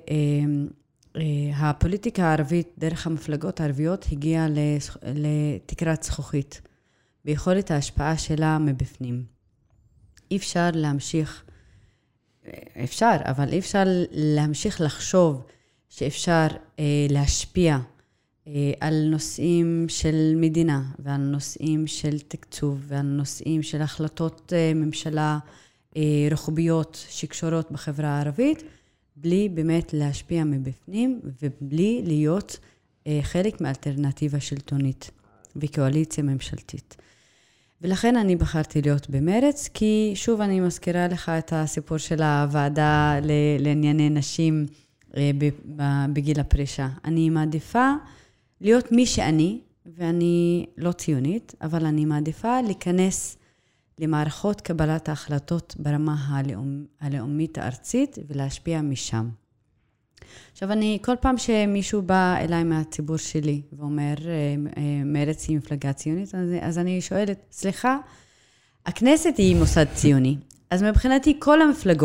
שהפוליטיקה הערבית, דרך המפלגות הערביות, הגיעה לתקרת זכוכית, ביכולת ההשפעה שלה מבפנים. אי אפשר להמשיך, אבל אי אפשר להמשיך לחשוב שאפשר להשפיע על נושאים של מדינה, ועל נושאים של תקצוב, ועל נושאים של החלטות ממשלה רוחביות שקשורות בחברה הערבית, בלי באמת להשפיע מבפנים, ובלי להיות חלק מאלטרנטיבה שלטונית וקואליציה ממשלתית. ולכן אני בחרתי להיות במרץ, כי שוב אני מזכירה לך את הסיפור של הוועדה לענייני נשים בגיל הפרישה. אני מעדיפה להיות מי שאני, ואני לא ציונית, אבל אני מעדיפה להיכנס למערכות קבלת ההחלטות ברמה הלאומית הארצית, ולהשפיע משם. עכשיו, כל פעם שמישהו בא אליי מהציבור שלי, ואומר, מרץ היא מפלגה ציונית, אז אני שואלת, סליחה, הכנסת היא מוסד ציוני, אז מבחינתי כל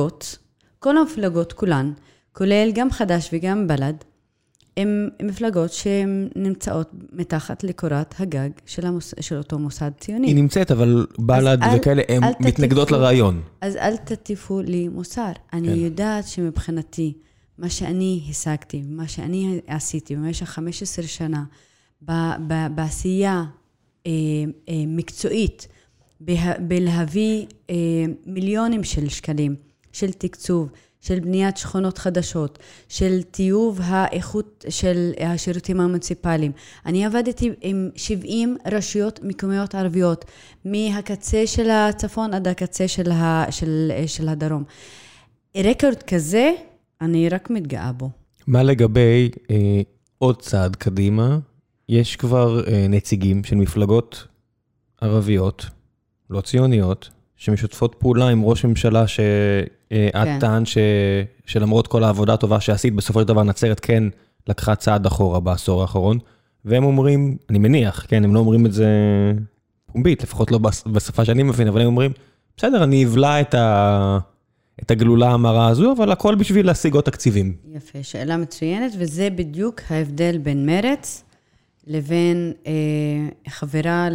המפלגות כולן, כולל גם חדש וגם בל"ד, הן מפלגות שהן נמצאות מתחת לקורת הגג של אותו מוסד ציוני. היא נמצאת, אבל בל"ד וכאלה, הן מתנגדות לרעיון. אז אל תטיפו לי מוסר. אני יודעת שמבחינתי, מה שאני השגתי, מה שאני עשיתי במשך 15 שנה, בעשייה מקצועית, בלהביא מיליונים של שקלים, של תקצוב, של בניית שכונות חדשות, של טיוב האיכות של השירותים המוניציפליים. אני עבדתי עם 70 רשויות מקומיות ערביות, מהקצה של הצפון עד הקצה של הדרום. רקורד כזה, אני רק מתגאה בו. מה לגבי עוד צעד קדימה? יש כבר נציגים של מפלגות ערביות, לא ציוניות, שמשותפות פעולה עם ראש ממשלה שאת טען שלמרות כל העבודה הטובה שעשית, בסופו של דבר נצרת כן לקחה צעד אחורה בעשור האחרון, והם אומרים, אני מניח, כן, הם לא אומרים את זה פומבית, לפחות לא בשפה שאני מבין, אבל הם אומרים, בסדר, אני אבלע את הגלולה המרה הזו, אבל הכל בשביל להשיג עוד תקציבים. יפה, שאלה מצוינת, וזה בדיוק ההבדל בין מרץ לבין חברה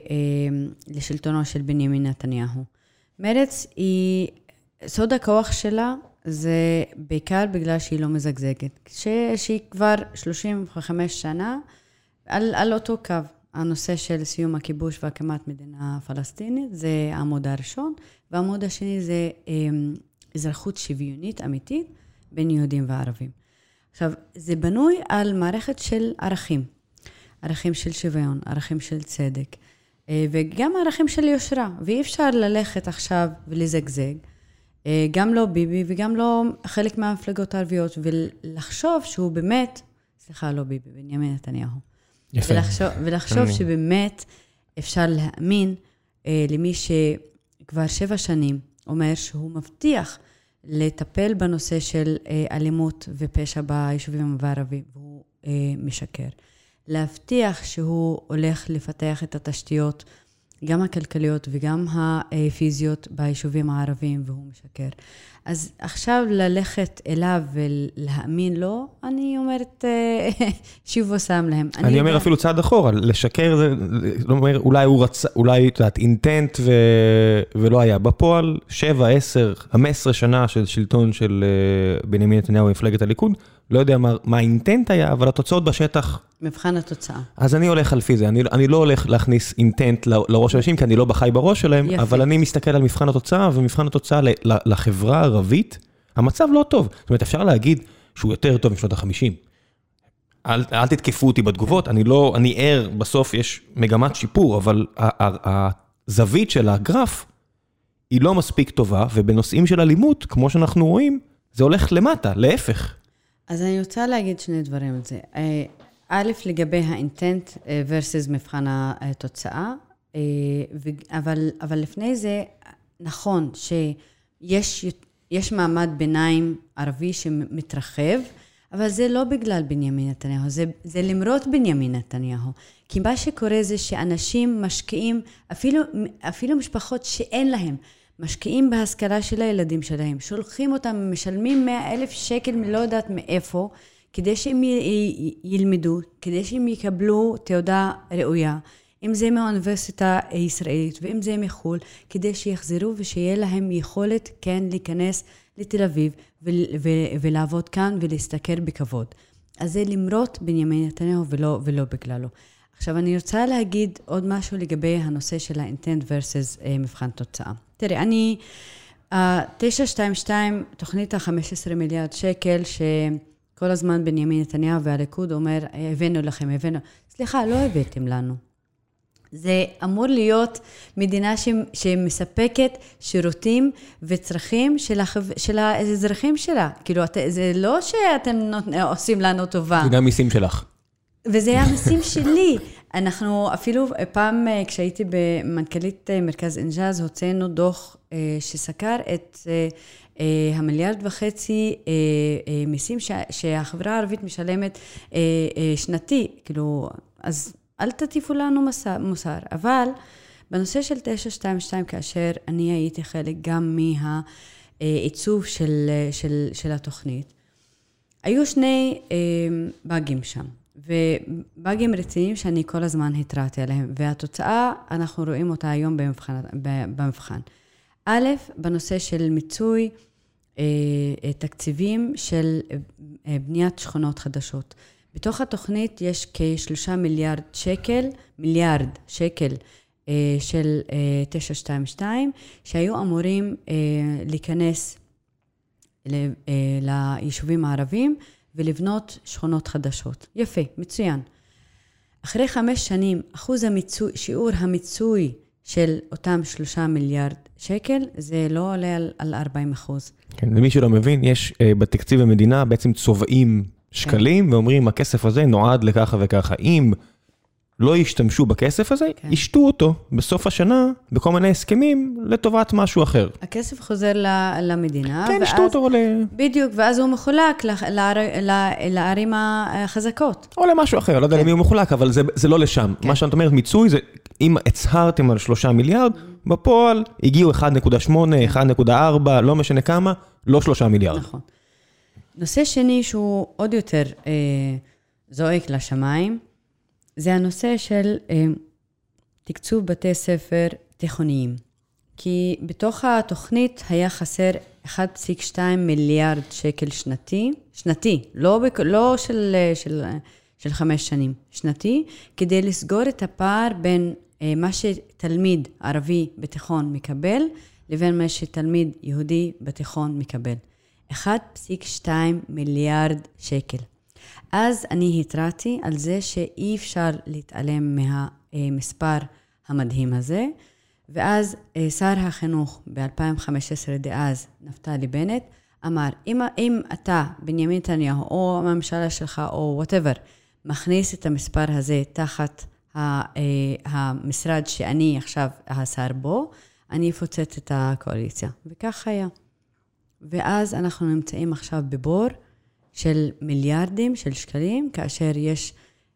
לשלטונו של בנימין נתניהו. מרץ היא, סוד הכוח שלה זה בעיקר בגלל שהיא לא מזגזגת. שהיא כבר 35 שנה על אותו קו. הנושא של סיום הכיבוש והקמת מדינה פלסטינית זה העמוד הראשון, והעמוד השני זה אזרחות שוויונית אמיתית בין יהודים וערבים. עכשיו, זה בנוי על מערכת של ערכים. ערכים של שוויון, ערכים של צדק, וגם ערכים של יושרה. ואי אפשר ללכת עכשיו ולזגזג, גם לא ביבי וגם לא חלק מהמפלגות הערביות, ולחשוב שהוא באמת, סליחה, לא ביבי, בנימין נתניהו. יפה. ולחשוב שבאמת אפשר להאמין למי שכבר 7 שנים אומר שהוא מבטיח לטפל בנושא של אלימות ופשע ביישובים הערביים, והוא משקר. להבטיח שהוא הולך לפתח את התשתיות, גם הכלכליות וגם הפיזיות ביישובים הערביים, והוא משקר. אז עכשיו ללכת אליו ולהאמין לו, אני אומרת, שיבו שם להם. אני אומר אפילו צעד אחורה, לשקר זה, אולי הוא רצה, אולי, את יודעת, אינטנט ולא היה. בפועל, 7, 10, 15 שנה של שלטון של בנימין נתניהו ומפלגת הליכוד, לא יודע מה האינטנט היה, אבל התוצאות בשטח... מבחן התוצאה. אז אני הולך על פי זה, אני לא הולך להכניס אינטנט לראש אנשים, כי אני לא בחי בראש שלהם, אבל אני מסתכל על מבחן התוצאה, ומבחן התוצאה לחברה הערבית, המצב לא טוב. זאת אומרת, אפשר להגיד שהוא יותר טוב משנות ה-50. אל תתקפו אותי בתגובות, אני ער, בסוף יש מגמת שיפור, אבל הזווית של הגרף היא לא מספיק טובה, ובנושאים של אלימות, כמו שאנחנו רואים, זה הולך למטה, להפך. אז אני רוצה להגיד 2 דברים על זה. א', לגבי האינטנט versus מבחן התוצאה, אבל לפני זה, נכון שיש מעמד ביניים ערבי שמתרחב, אבל זה לא בגלל בנימין נתניהו, זה למרות בנימין נתניהו. כי מה שקורה זה שאנשים משקיעים, אפילו משפחות שאין להם, משקיעים בהשכלה של הילדים שלהם, שולחים אותם, משלמים 100,000 שקל מלא יודעת מאיפה, כדי שהם ילמדו, כדי שהם יקבלו תעודה ראויה, אם זה מהאוניברסיטה הישראלית, ואם זה מחול, כדי שיחזרו ושיהיה להם יכולת כן להיכנס לתל אביב, ולעבוד כאן ולהסתכר בכבוד. אז זה למרות בנימין נתניהו ולא בגללו. עכשיו אני רוצה להגיד עוד משהו לגבי הנושא של האינטנט versus מבחן תוצאה. תראי, אני, 922, תוכנית ה-15 מיליארד שקל, שכל הזמן בנימין נתניהו והליכוד אומר, הבאנו לכם, סליחה, לא הבאתם לנו. זה אמור להיות מדינה שמספקת שירותים וצרכים של האזרחים שלה. כאילו, זה לא שאתם עושים לנו טובה. זה גם מיסים שלך. וזה המיסים שלי. אנחנו אפילו פעם כשהייתי במנכ"לית מרכז אנג'אז, הוצאנו דוח שסקר המיליארד וחצי מיסים שהחברה הערבית משלמת שנתי, כאילו, אז אל תטיפו לנו מוסר. אבל בנושא של 922, כאשר אני הייתי חלק גם מהעיצוב של התוכנית, היו שני באגים שם, ובאגים רציניים שאני כל הזמן התרעתי עליהם, והתוצאה אנחנו רואים אותה היום במבחן. א', בנושא של מיצוי תקציבים של בניית שכונות חדשות. בתוך התוכנית יש כ3 מיליארד שקל של 922, שהיו אמורים להיכנס ליישובים הערבים ולבנות שכונות חדשות. יפה, מצוין. אחרי 5 שנים, שיעור המיצוי של אותם 3 מיליארד שקל, זה לא עולה על 40%. כן, למי שלא מבין, יש בתקציב המדינה בעצם צובעים שקלים, ואומרים, הכסף הזה נועד לככה וככה. אם לא ישתמשו בכסף הזה, ישתו אותו בסוף השנה, בכל מיני הסכמים, לטובת משהו אחר. הכסף חוזר למדינה. כן, ישתו אותו. בדיוק, ואז הוא מחולק לערים החזקות. או למשהו אחר, לא יודע למי הוא מחולק, אבל זה לא לשם. מה שאת אומרת, מיצוי זה, אם הצהרתם על 3 מיליארד, בפועל הגיעו 1.8, 1.4, לא משנה כמה, לא 3 מיליארד. נכון. נושא שני שהוא עוד יותר זועק לשמיים, זה הנושא של תקצוב בתי ספר תיכוניים. כי בתוך התוכנית היה חסר 1.2 מיליארד שקל שנתי, לא של 5 שנים, שנתי, כדי לסגור את הפער בין מה שתלמיד ערבי בתיכון מקבל, לבין מה שתלמיד יהודי בתיכון מקבל. 1.2 מיליארד שקל. אז אני התרעתי על זה שאי אפשר להתעלם מהמספר המדהים הזה, ואז שר החינוך ב-2015 דאז, נפתלי בנט, אמר, אם אתה, בנימין נתניהו, או הממשלה שלך, או whatever, מכניס את המספר הזה תחת המשרד שאני עכשיו השר בו, אני אפוצץ את הקואליציה. וכך היה. ואז אנחנו נמצאים עכשיו בבור של מיליארדים של שקלים, כאשר יש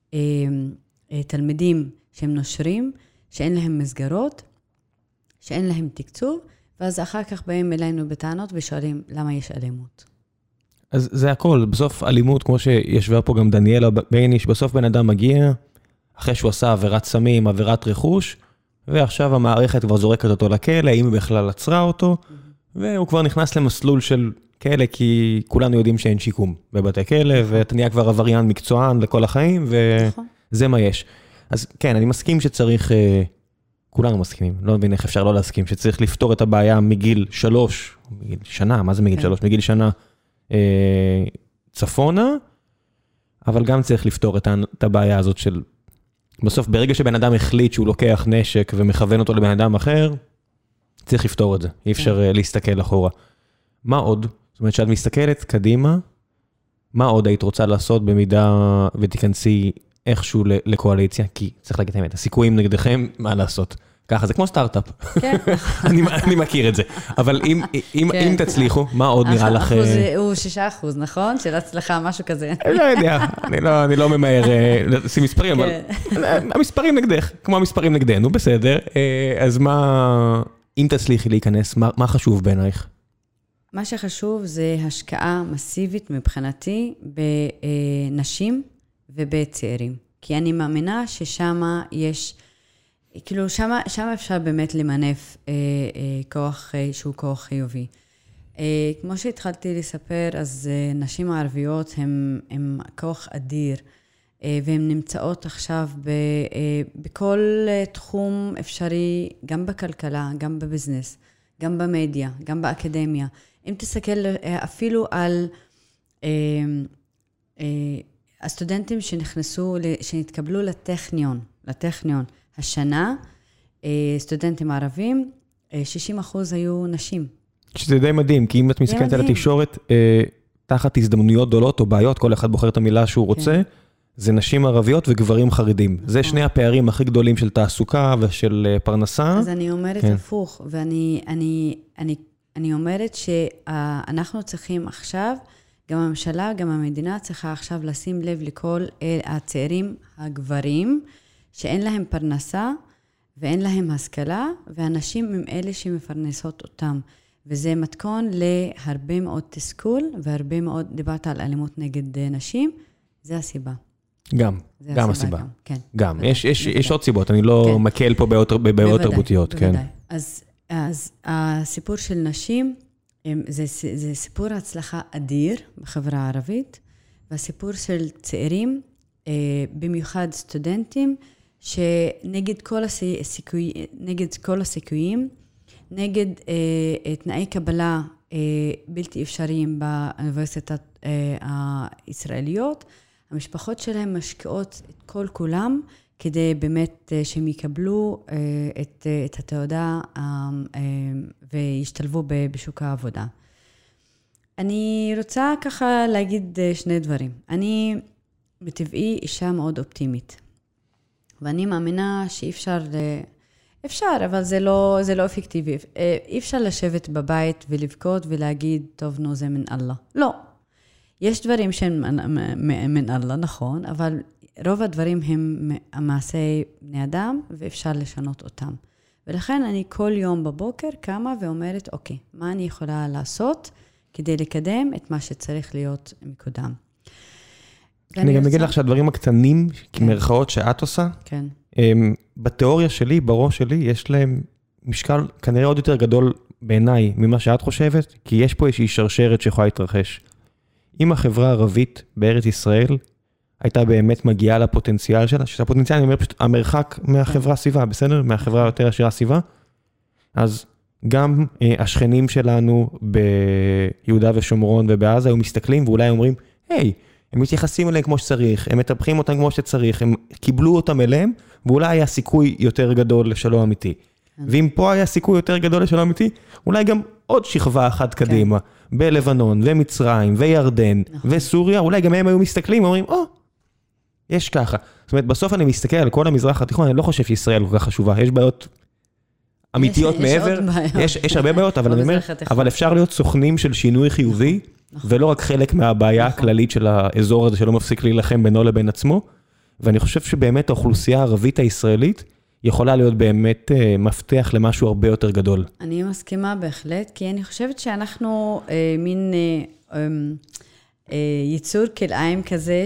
תלמידים שהם נושרים, שאין להם מסגרות, שאין להם תקצוב, ואז אחר כך באים אלינו בטענות ושואלים למה יש אלימות. אז זה הכל, בסוף אלימות, כמו שישבה פה גם דניאלה בייניש, בסוף בן אדם מגיע, אחרי שהוא עשה עבירת סמים, עבירת רכוש, ועכשיו המערכת כבר זורקת אותו לכלא, אם היא בכלל עצרה אותו, והוא כבר נכנס למסלול של כלא, כי כולנו יודעים שאין שיקום בבתי כלא, ואתה נהיה כבר עבריין מקצוען לכל החיים, וזה מה יש. אז כן, אני מסכים שצריך, כולנו מסכימים, לא מבין איך אפשר לא להסכים, שצריך לפתור את הבעיה מגיל 3, מגיל שנה, מה זה מגיל 3? מגיל שנה צפונה, אבל גם צריך לפתור את הבעיה הזאת של, בסוף ברגע שבן אדם החליט שהוא לוקח נשק ומכוון אותו לבן אדם אחר, צריך לפתור את זה, אי אפשר להסתכל אחורה. מה עוד? זאת אומרת שאת מסתכלת קדימה, מה עוד היית רוצה לעשות במידה ותיכנסי איכשהו לקואליציה? כי צריך להגיד האמת, הסיכויים נגדכם, מה לעשות? ככה, זה כמו סטארט-אפ. כן. אני מכיר את זה. אבל אם תצליחו, מה עוד נראה לך? הוא 6%, נכון? של הצלחה, משהו כזה. לא יודע, אני לא ממהר לשים מספרים, אבל המספרים נגדך, כמו המספרים נגדנו, בסדר. אז מה, אם תצליחי להיכנס, מה חשוב בעינייך? מה שחשוב זה השקעה מסיבית מבחינתי בנשים ובצעירים. כי אני מאמינה ששם יש, כאילו שם אפשר באמת למנף כוח שהוא כוח חיובי. כמו שהתחלתי לספר, אז נשים הערביות הן כוח אדיר, והן נמצאות עכשיו בכל תחום אפשרי, גם בכלכלה, גם בביזנס, גם במדיה, גם באקדמיה. אם תסתכל אפילו על הסטודנטים שנתקבלו לטכניון השנה, סטודנטים ערבים, 60% היו נשים. שזה די מדהים, כי אם את מסתכלת על התקשורת, תחת הזדמנויות גדולות או בעיות, כל אחד בוחר את המילה שהוא רוצה, זה נשים ערביות וגברים חרדים. זה שני הפערים הכי גדולים של תעסוקה ושל פרנסה. אז אני אומרת הפוך, ואני אני אומרת שאנחנו צריכים עכשיו, גם הממשלה, גם המדינה צריכה עכשיו לשים לב לכל הצעירים הגברים, שאין להם פרנסה ואין להם השכלה, ואנשים הם אלה שמפרנסות אותם. וזה מתכון להרבה מאוד תסכול, והרבה מאוד, דיברת על אלימות נגד נשים, זה הסיבה. גם הסיבה. כן. גם, יש עוד סיבות, אני לא מקל פה בבעיות תרבותיות. בוודאי. אז הסיפור של נשים, זה סיפור הצלחה אדיר בחברה הערבית, והסיפור של צעירים, במיוחד סטודנטים, שנגד כל הסיכויים, נגד תנאי קבלה בלתי אפשריים באוניברסיטת הישראליות, המשפחות שלהם משקיעות את כל כולם, כדי באמת שהם יקבלו את התעודה וישתלבו בשוק העבודה. אני רוצה ככה להגיד שני דברים. אני מטבעי אישה מאוד אופטימית, ואני מאמינה שאי אפשר, אבל זה לא אפקטיבי. אי אפשר לשבת בבית ולבכות ולהגיד, טוב, נו, זה מן אללה. לא. יש דברים שהם מן אללה, נכון, אבל רוב הדברים הם מעשי בני אדם, ואפשר לשנות אותם. ולכן אני כל יום בבוקר קמה ואומרת, אוקיי, מה אני יכולה לעשות כדי לקדם את מה שצריך להיות מקודם. אני גם אגיד לך שהדברים הקטנים, כמרכאות שאת עושה, בתיאוריה שלי, בראש שלי, יש להם משקל כנראה עוד יותר גדול בעיניי ממה שאת חושבת, כי יש פה איזושהי שרשרת שיכולה להתרחש. אם החברה הערבית בארץ ישראל הייתה באמת מגיעה לפוטנציאל שלה, שהפוטנציאל, אני אומר פשוט, המרחק מהחברה סביבה, בסדר? מהחברה יותר עשירה סביבה, אז גם השכנים שלנו ביהודה ושומרון ובעזה, היו מסתכלים ואולי אומרים, היי, הם מתייחסים אליהם כמו שצריך, הם מטפחים אותם כמו שצריך, הם קיבלו אותם אליהם, ואולי היה סיכוי יותר גדול לשלום אמיתי. ואם פה היה סיכוי יותר גדול לשלום אמיתי, אולי גם עוד שכבה אחת קדימה, בלבנון ומצרים וירדן וסוריה, אולי גם הם היו מסתכלים ואומרים, יש ככה. זאת אומרת, בסוף אני מסתכל על כל המזרח התיכון, אני לא חושב שישראל כל כך חשובה, יש בעיות אמיתיות מעבר, יש הרבה בעיות, אבל אני אומר, אבל אפשר להיות סוכנים של שינוי חיובי, ולא רק חלק מהבעיה הכללית של האזור הזה שלא מפסיק להילחם בינו לבין עצמו, ואני חושב שבאמת האוכלוסייה הערבית הישראלית יכולה להיות באמת מפתח למשהו הרבה יותר גדול. אני מסכימה בהחלט, כי אני חושבת שאנחנו מין ייצור כלאיים כזה,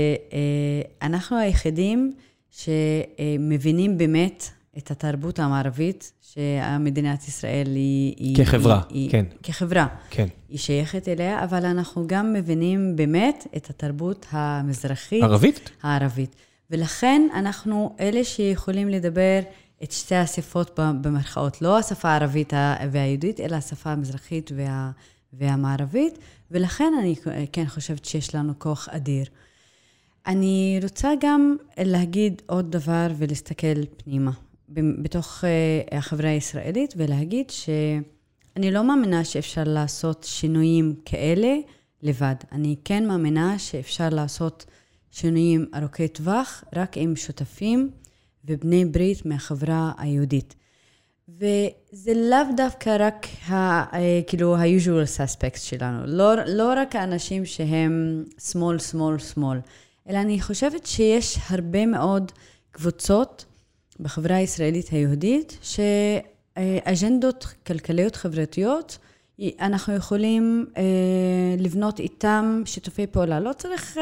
שאנחנו היחידים שמבינים באמת את התרבות המערבית, שהמדינת ישראל היא... כחברה, כן. כחברה. כן. היא שייכת אליה, אבל אנחנו גם מבינים באמת את התרבות המזרחית. ערבית? הערבית. ולכן אנחנו אלה שיכולים לדבר את שתי השפות במרכאות, לא השפה הערבית והיהודית, אלא השפה המזרחית והמערבית, ולכן אני כן חושבת שיש לנו כוח אדיר. אני רוצה גם להגיד עוד דבר ולהסתכל פנימה, בתוך החברה הישראלית, ולהגיד שאני לא מאמינה שאפשר לעשות שינויים כאלה לבד. אני כן מאמינה שאפשר לעשות שינויים ארוכי טווח, רק עם שותפים ובני ברית מהחברה היהודית. וזה לאו דווקא רק כאילו ה-usual suspects שלנו, לא רק האנשים שהם small, אלא אני חושבת שיש הרבה מאוד קבוצות בחברה הישראלית היהודית, שאג'נדות כלכליות חברתיות, אנחנו יכולים לבנות איתם שיתופי פעולה. לא צריך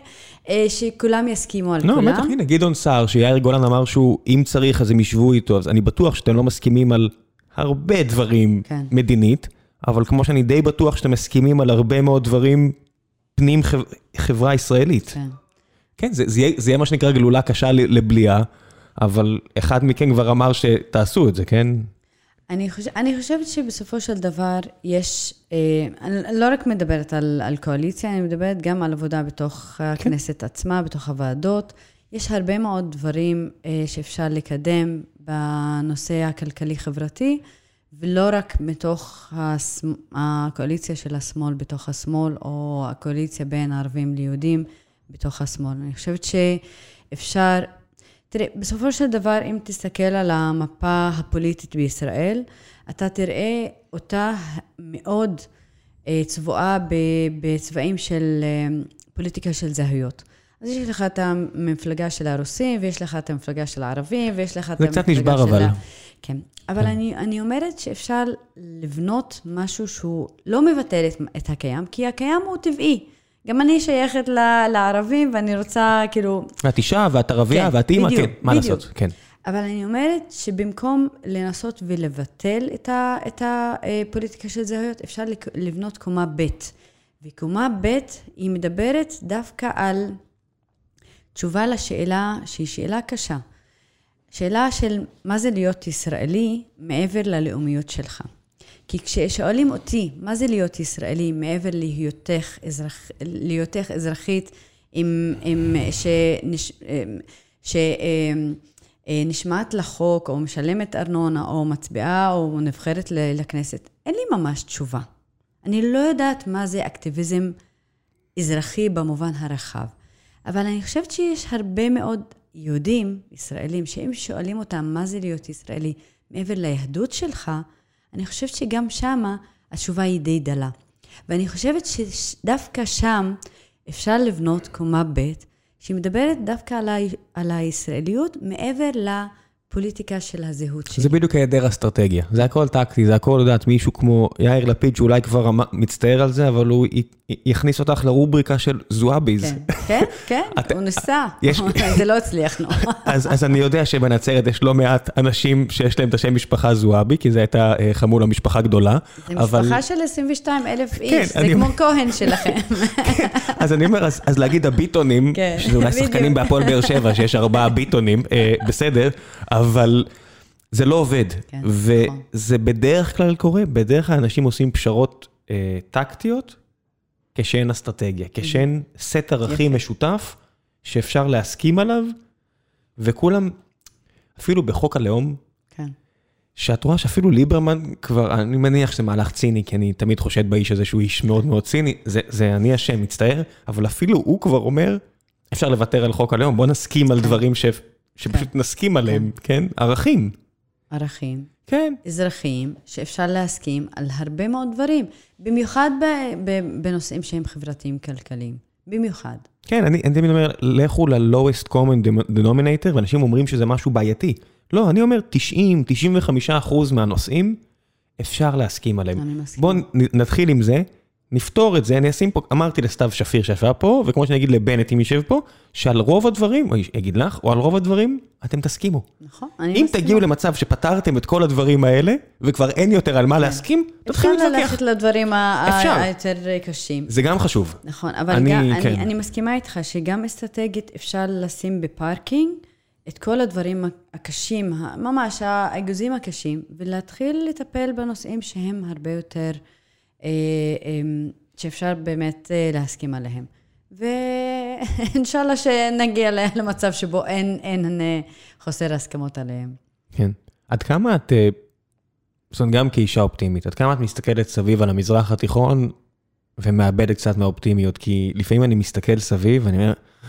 שכולם יסכימו על כולם. לא, בטח, הנה, גדעון סער, שיאיר גולן אמר שהוא, אם צריך, אז הם ישבו איתו. אז אני בטוח שאתם לא מסכימים על הרבה דברים מדינית, אבל כמו שאני די בטוח שאתם מסכימים על הרבה מאוד דברים פנים חברה ישראלית. כן. כן, זה יהיה מה שנקרא גלולה קשה לבליעה, אבל אחד מכם כבר אמר שתעשו את זה, כן? אני חושבת שבסופו של דבר יש, אני לא רק מדברת על קואליציה, אני מדברת גם על עבודה בתוך הכנסת עצמה, בתוך הוועדות. יש הרבה מאוד דברים שאפשר לקדם בנושא הכלכלי-חברתי, ולא רק מתוך הקואליציה של השמאל בתוך השמאל, או הקואליציה בין הערבים ליהודים בתוך השמאל. אני חושבת שאפשר... תראה, בסופו של דבר, אם תסתכל על המפה הפוליטית בישראל, אתה תראה אותה מאוד צבועה בצבעים של פוליטיקה של זהויות. אז יש לך את המפלגה של הרוסים, ויש לך את המפלגה של הערבים, ויש לך את המפלגה של... זה קצת נשבר אבל. כן, אבל אני אומרת שאפשר לבנות משהו שהוא לא מבטל את הקיים, כי הקיים הוא טבעי. גם אני שייכת לערבים, ואני רוצה כאילו... ואת אישה, ואת ערבייה, ואת אימא, כן, מה לעשות, כן. אבל אני אומרת שבמקום לנסות ולבטל את הפוליטיקה של זהויות, אפשר לבנות קומה ב' וקומה ב' היא מדברת דווקא על תשובה לשאלה שהיא שאלה קשה. שאלה של מה זה להיות ישראלי מעבר ללאומיות שלך. כי כששואלים אותי מה זה להיות ישראלי מעבר להיותך אזרחית שנשמעת לחוק או משלמת ארנונה או מצביעה או נבחרת לכנסת, אין לי ממש תשובה. אני לא יודעת מה זה אקטיביזם אזרחי במובן הרחב. אבל אני חושבת שיש הרבה מאוד יהודים, ישראלים, שאם שואלים אותם מה זה להיות ישראלי מעבר ליהדות שלך, אני חושבת שגם שמה התשובה היא די דלה. ואני חושבת שדווקא שם אפשר לבנות קומה ב' שמדברת דווקא על הישראליות מעבר לפוליטיקה של הזהות שלי. זה בדיוק היעדר אסטרטגיה. זה הכל טקטי, זה הכל יודעת מישהו כמו יאיר לפיד שאולי כבר מצטער על זה, אבל הוא יכניס אותך לרובריקה של זועביז. כן, כן, הוא נסע. זה לא הצליח, נו. אז אני יודע שבנצרת יש לא מעט אנשים שיש להם את השם משפחה זועבי, כי זה הייתה חמולה משפחה גדולה. זה משפחה של 22,000 איש, זה כמו כהן שלכם. אז אני אומר, אז להגיד הביטונים, שזה אולי שחקנים בהפועל באר שבע, שיש 4 ביטונים, בסדר, אבל זה לא עובד. וזה בדרך כלל קורה, בדרך כלל אנשים עושים פשרות טקטיות, כשאין אסטרטגיה, כשאין סט ערכים משותף, שאפשר להסכים עליו, וכולם, אפילו בחוק הלאום, שאת רואה שאפילו ליברמן כבר, אני מניח שזה מהלך ציני, כי אני תמיד חושד באיש הזה שהוא איש מאוד מאוד ציני, זה אני השם, מצטער, אבל אפילו הוא כבר אומר, אפשר לוותר על חוק הלאום, בוא נסכים על דברים שפשוט נסכים עליהם, כן? ערכים. ערכים. כן. אזרחיים, שאפשר להסכים על הרבה מאוד דברים, במיוחד בנושאים שהם חברתיים כלכליים. במיוחד. כן, אני תמיד אומר, לכו ל-lowest common denominator, ואנשים אומרים שזה משהו בעייתי. לא, אני אומר 90-95% מהנושאים אפשר להסכים עליהם. אני מסכים. בואו נתחיל עם זה, נפתור את זה, אני אשים פה, אמרתי לסתיו שפיר שישבה פה, וכמו שאני אגיד לבנט אם יישב פה, שעל רוב הדברים, או אגיד לך, או על רוב הדברים, אתם תסכימו. נכון, אם תגיעו למצב שפתרתם את כל הדברים האלה, וכבר אין יותר על מה להסכים, תתחילו להתווכח. אפשר ללכת לדברים היותר קשים. זה גם חשוב. נכון, אבל אני מסכימה איתך שגם אסטרטגית אפשר לשים בפארקינג, את כל הדברים הקשים, ממש האגוזים הקשים, ולהתחיל לטפל בנושאים שהם הרבה יותר, שאפשר באמת להסכים עליהם. ואינשאללה שנגיע למצב שבו אין חוסר הסכמות עליהם. כן. עד כמה את, זאת אומרת, גם כאישה אופטימית, עד כמה את מסתכלת סביב על המזרח התיכון, ומאבדת קצת מהאופטימיות, כי לפעמים אני מסתכל סביב, ואני אומר,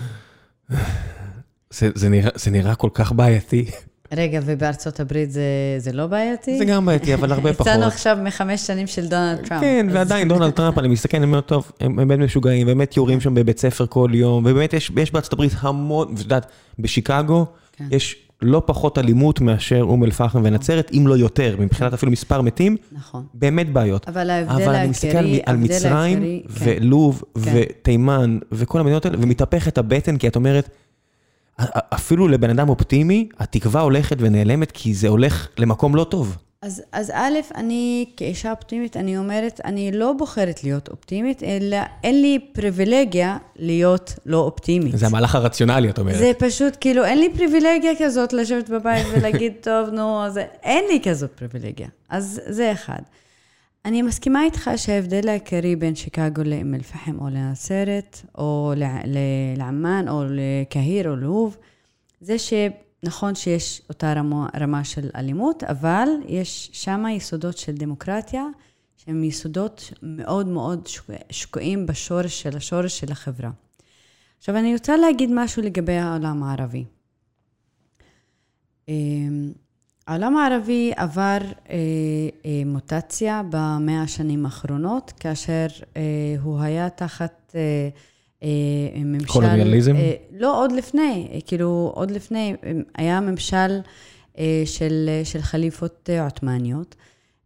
זה נראה כל כך בעייתי. רגע, ובארצות הברית זה לא בעייתי? זה גם בעייתי, אבל הרבה פחות. יצאנו עכשיו מ5 שנים של דונלד טראמפ. כן, ועדיין דונלד טראמפ, אני מסתכל, אני אומר, טוב, הם באמת משוגעים, באמת יורים שם בבית ספר כל יום, ובאמת יש בארצות הברית המון, ואת יודעת, בשיקגו יש לא פחות אלימות מאשר אום אל-פחם ונצרת, אם לא יותר, מבחינת אפילו מספר מתים, באמת בעיות. אבל ההבדל העיקרי, אני מסתכל על מצרים ולוב ותימן וכל המדינות האלה, ומתהפך את הבטן, כי את אומרת, אפילו לבן אדם אופטימי, התקווה הולכת ונעלמת, כי זה הולך למקום לא טוב. אז א', אני כאישה אופטימית, אני אומרת, אני לא בוחרת להיות אופטימית, אלא אין לי פריבילגיה להיות לא אופטימית. זה המהלך הרציונלי, את אומרת. זה פשוט, כאילו, אין לי פריבילגיה כזאת לשבת בבית ולהגיד, טוב, נו, אין לי כזאת פריבילגיה. אז זה אחד. אני מסכימה איתך שההבדל העיקרי בין שיקגו לאום אל-פחם או לנצרת, או לעמן, או לקהיר, או לוב, זה שנכון שיש אותה רמה של אלימות, אבל יש שם יסודות של דמוקרטיה, שהם יסודות מאוד מאוד שקועים בשורש של החברה. עכשיו, אני רוצה להגיד משהו לגבי העולם הערבי. העולם הערבי עבר מוטציה במאה השנים האחרונות, כאשר הוא היה תחת ממשל... קולוניאליזם? לא, עוד לפני, כאילו עוד לפני, היה ממשל של חליפות עות'מאניות,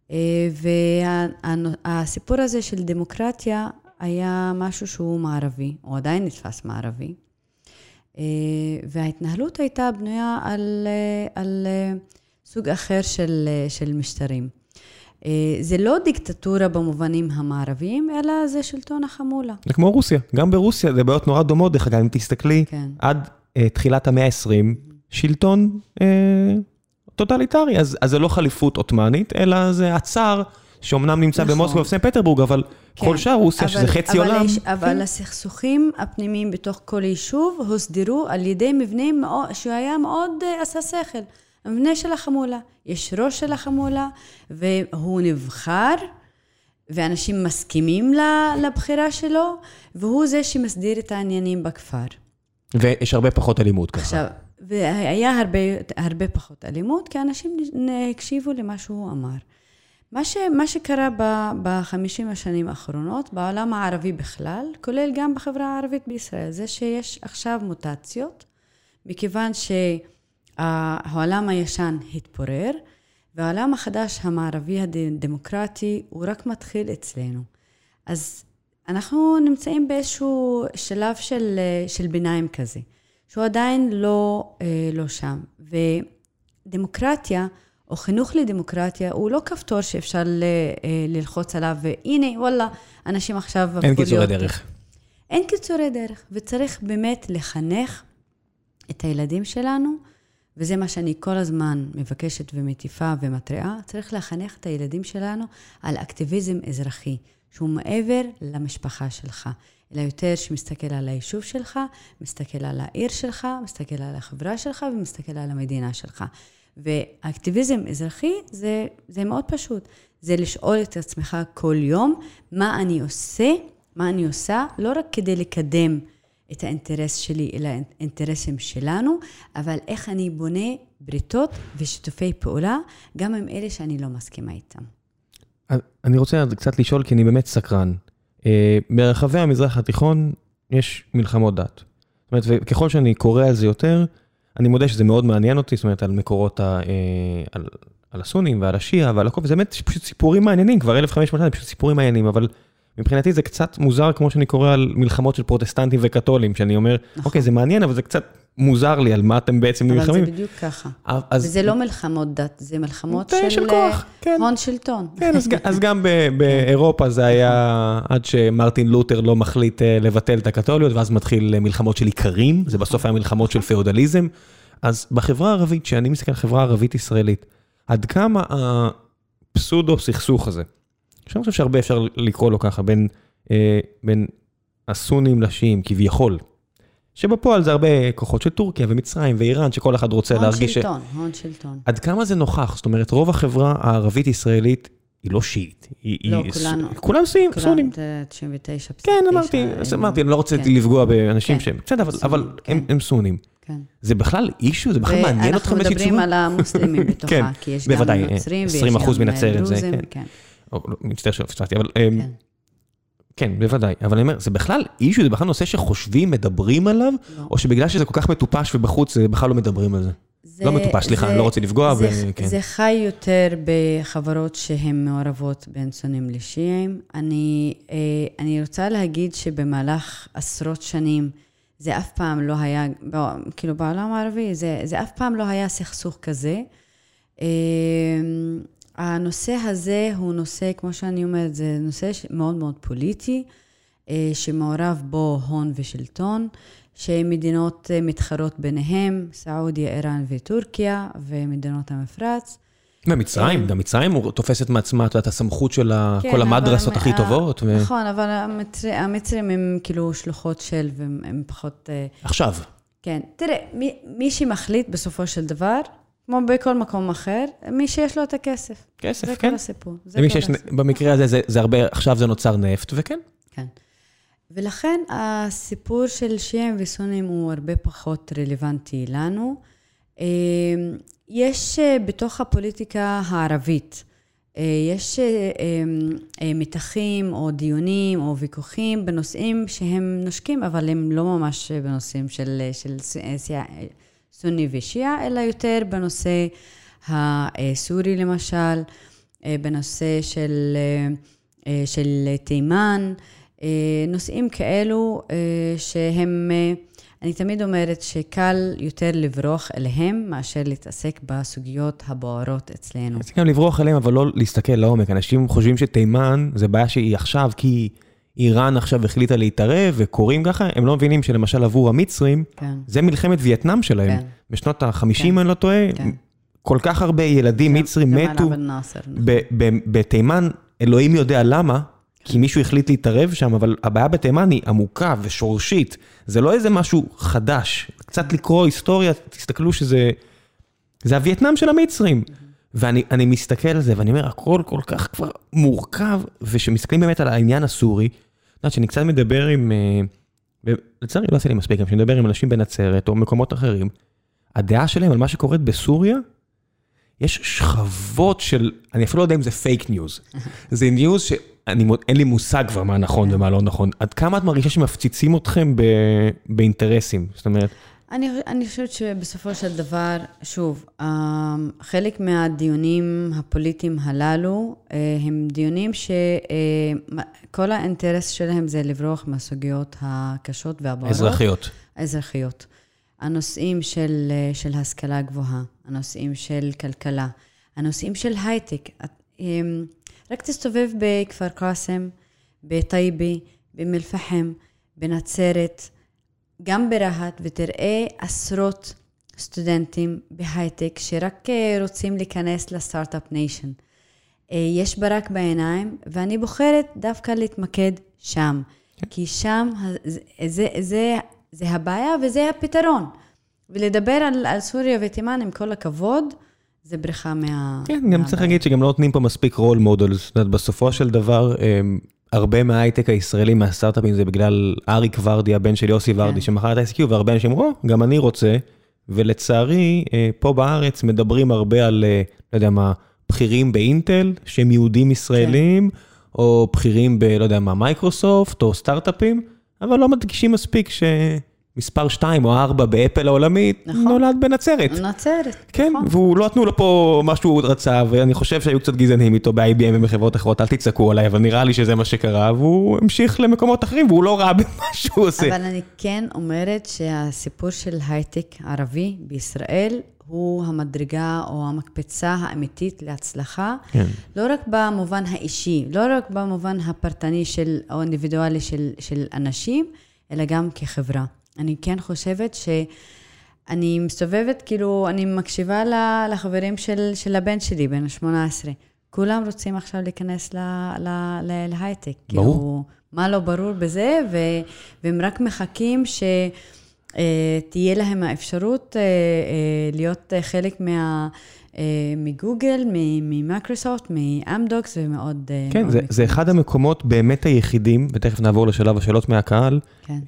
והסיפור הזה של דמוקרטיה היה משהו שהוא מערבי, או עדיין נתפס מערבי, וההתנהלות הייתה בנויה על סוג אחר של משטרים. זה לא דיקטטורה במובנים המערביים, אלא זה שלטון החמולה. זה כמו רוסיה. גם ברוסיה זה בעיות נורא דומות, דרך אגב, אם תסתכלי, עד תחילת המאה ה-20, שלטון טוטליטרי. אז זה לא חליפות עות'מאנית, אלא זה עצר שאומנם נמצא במוסקבה וסן פטרבורג, אבל כל שאר רוסיה, שזה חצי עולם. אבל הסכסוכים הפנימיים בתוך כל יישוב הוסדרו על ידי מבנים שהיה מאוד עשה שכל. המבנה של החמולה, יש ראש של החמולה, והוא נבחר, ואנשים מסכימים לבחירה שלו, והוא זה שמסדיר את העניינים בכפר. ויש הרבה פחות אלימות ככה. עכשיו, והיה הרבה פחות אלימות, כי אנשים הקשיבו למה שהוא אמר. מה שקרה ב-50 השנים האחרונות, בעולם הערבי בכלל, כולל גם בחברה הערבית בישראל, זה שיש עכשיו מוטציות, מכיוון שהעולם הישן התפורר, והעולם החדש המערבי הדמוקרטי הוא רק מתחיל אצלנו. אז אנחנו נמצאים באיזשהו שלב של ביניים כזה, שהוא עדיין לא שם. ודמוקרטיה, או חינוך לדמוקרטיה, הוא לא כפתור שאפשר ללחוץ עליו, והנה, וואלה, אנשים עכשיו... אין קיצורי דרך. אין קיצורי דרך, וצריך באמת לחנך את הילדים שלנו, וזה מה שאני כל הזמן מבקשת ומטיפה ומטריעה, צריך לחנך את הילדים שלנו על אקטיביזם אזרחי, שהוא מעבר למשפחה שלך, אלא יותר שמסתכל על היישוב שלך, מסתכל על העיר שלך, מסתכל על החברה שלך, ומסתכל על המדינה שלך. ואקטיביזם אזרחי זה מאוד פשוט. זה לשאול את עצמך כל יום, מה אני עושה, מה אני עושה, לא רק כדי לקדם את האינטרס שלי, אלא האינטרסים שלנו, אבל איך אני בונה בריתות ושיתופי פעולה, גם עם אלה שאני לא מסכימה איתם. אני רוצה קצת לשאול, כי אני באמת סקרן. ברחבי המזרח התיכון יש מלחמות דת. זאת אומרת, וככל שאני קורא על זה יותר, אני מודה שזה מאוד מעניין אותי, זאת אומרת, על מקורות, על הסונים ועל השיעה ועל הכל, וזה באמת פשוט סיפורים מעניינים, כבר 1500 שנה, פשוט סיפורים מעניינים, אבל מבחינתי זה קצת מוזר, כמו שאני קורא על מלחמות של פרוטסטנטים וקתולים, שאני אומר, אוקיי, זה מעניין, אבל זה קצת מוזר לי על מה אתם בעצם נלחמים. אבל זה בדיוק ככה. וזה לא מלחמות דת, זה מלחמות של כוח, הון שלטון. כן, אז גם באירופה זה היה עד שמרטין לותר לא מחליט לבטל את הקתוליות, ואז מתחיל מלחמות של עיקרים, זה בסוף היה מלחמות של פאודליזם. אז בחברה הערבית, שאני מסתכל על חברה ערבית ישראלית, עד כמה הפסודו סכסוך הזה, שאני חושב שהרבה אפשר לקרוא לו ככה, בין הסונים לשיעים, כביכול, שבפועל זה הרבה כוחות של טורקיה ומצרים ואיראן, שכל אחד רוצה להרגיש... הון שלטון. עד כמה זה נוכח? זאת אומרת, רוב החברה הערבית-ישראלית היא לא שיעית. לא, כולם סונים. 99. כן, אמרתי, אני לא רוצה לפגוע באנשים שהם... בסדר, אבל הם סונים. זה בכלל אישו? זה בכלל מעניין אתכם ואנחנו מדברים על המוסלמים בתוכה, כי יש גם נוצרים ויש גם דרוזים. מצטער שהפספסתי, אבל... כן, בוודאי. אבל אני אומר, זה בכלל אישו, זה בכלל נושא שחושבים, מדברים עליו, או שבגלל שזה כל כך מטופש ובחוץ, זה בכלל לא מדברים על זה? לא מטופש, סליחה, אני לא רוצה לפגוע. זה חי יותר בחברות שהן מעורבות בין סונים לשיעים. אני רוצה להגיד שבמהלך עשרות שנים, זה אף פעם לא היה, כאילו בעולם הערבי, זה אף פעם לא היה סכסוך כזה. הנושא הזה הוא נושא, כמו שאני אומרת, זה נושא מאוד מאוד פוליטי, שמעורב בו הון ושלטון, שמדינות מתחרות ביניהם, סעודיה, איראן וטורקיה, ומדינות המפרץ. ומצרים, גם מצרים הוא תופסת מעצמה, את הסמכות של כל המדרסות הכי טובות. נכון, אבל המצרים הם כאילו שלוחות של, והם פחות... עכשיו. כן, תראה, מי שמחליט בסופו של דבר, כמו בכל מקום אחר, מי שיש לו את הכסף. כסף, כן. זה כל הסיפור. במקרה הזה, זה הרבה, עכשיו זה נוצר נפט, וכן. כן. ולכן הסיפור של שיעים וסונים הוא הרבה פחות רלוונטי לנו, יש בתוך הפוליטיקה הערבית, יש מתחים או דיונים או ויכוחים בנושאים שהם נושקים, אבל הם לא ממש בנושאים של סוני ושיעה, אלא יותר בנושא הסורי למשל, בנושא של תימן, נושאים כאלו שהם, אני תמיד אומרת שקל יותר לברוח אליהם מאשר להתעסק בסוגיות הבוערות אצלנו. זה גם לברוח אליהם, אבל לא להסתכל לעומק. אנשים חושבים שתימן זה בעיה שהיא עכשיו, כי איראן עכשיו החליטה להתערב וקוראים ככה, הם לא מבינים שלמשל עבור המצרים, כן. זה מלחמת וייטנאם שלהם. כן. בשנות ה-50 כן. אני לא טועה, כן. כל כך הרבה ילדים מצרים מתו. בתימן, אלוהים יודע למה, כי מישהו החליט להתערב שם, אבל הבעיה בתימן היא עמוקה ושורשית. זה לא איזה משהו חדש. קצת לקרוא היסטוריה, תסתכלו שזה הווייטנאם של המצרים. ואני מסתכל על זה, ואני אומר, הכל כל כך כבר מורכב, ושמסתכלים באמת על העניין הסורי, שאני קצת מדבר עם, לצערי לא עשיתי לי מספיק, כשאני מדבר עם אנשים בנצרת או מקומות אחרים, הדעה שלהם על מה שקורית בסוריה, יש שכבות של, אני אפילו לא יודע אם זה פייק ניוז, זה ניוז שאין לי מושג כבר מה נכון ומה לא נכון. עד כמה את מרגישה שמפציצים אתכם באינטרסים? זאת אומרת... אני חושבת שבסופו של דבר, שוב, חלק מהדיונים הפוליטיים הללו, הם דיונים שכל האינטרס שלהם זה לברוח מהסוגיות הקשות והבוערות. האזרחיות. הנושאים של השכלה גבוהה, הנושאים של כלכלה, הנושאים של הייטק. רק תסתובב בכפר קאסם, בטייבה, באום אל-פחם, בנצרת, גם ברהט, ותראה עשרות סטודנטים בהייטק שרק רוצים להיכנס לסטארט-אפ ניישן. יש ברק בעיניים, ואני בוחרת דווקא להתמקד שם, כי שם זה הבעיה וזה הפתרון. ולדבר על סוריה ותימן עם כל הכבוד, זה בריחה כן, גם צריך להגיד שגם לא נותנים פה מספיק רול מודלס. בסופו של דבר, הרבה מההייטק הישראלי, מהסטארט-אפים, זה בגלל אריק ורדי, הבן של יוסי ורדי, שמחר את ה-SQ, והרבה אנשים אמרו, גם אני רוצה, ולצערי, פה בארץ מדברים הרבה על, לא יודע מה, בכירים באינטל, שהם יהודים ישראלים, או בכירים לא יודע מה, מייקרוסופט, או סטארט-אפים, אבל לא מדגישים מספיק מספר 2 או 4 באפל העולמית, נולד בנצרת. נצרת. כן, והוא לא נתנו לו פה מה שהוא רצה, ואני חושב שהיו קצת גזענים איתו ב-IBM ובחברות אחרות, אל תצעקו עליי, אבל נראה לי שזה מה שקרה, והוא המשיך למקומות אחרים, והוא לא רע במה שהוא עושה. אבל אני כן אומרת שהסיפור של הייטק ערבי בישראל, הוא המדרגה או המקפצה האמיתית להצלחה, לא רק במובן האישי, לא רק במובן הפרטני או אינדיבידואלי של אנשים, אלא גם כחברה. אני כן חושבת שאני מסתובבת, כאילו, אני מקשיבה לחברים של הבן שלי, בן 18. כולם רוצים עכשיו להיכנס להייטק. ברור. כאילו, מה לא ברור בזה, והם רק מחכים שתהיה להם האפשרות להיות חלק מגוגל, ממייקרוסופט, מאמדוקס, ומאוד... כן, זה אחד המקומות באמת היחידים, ותכף נעבור לשלב השאלות מהקהל,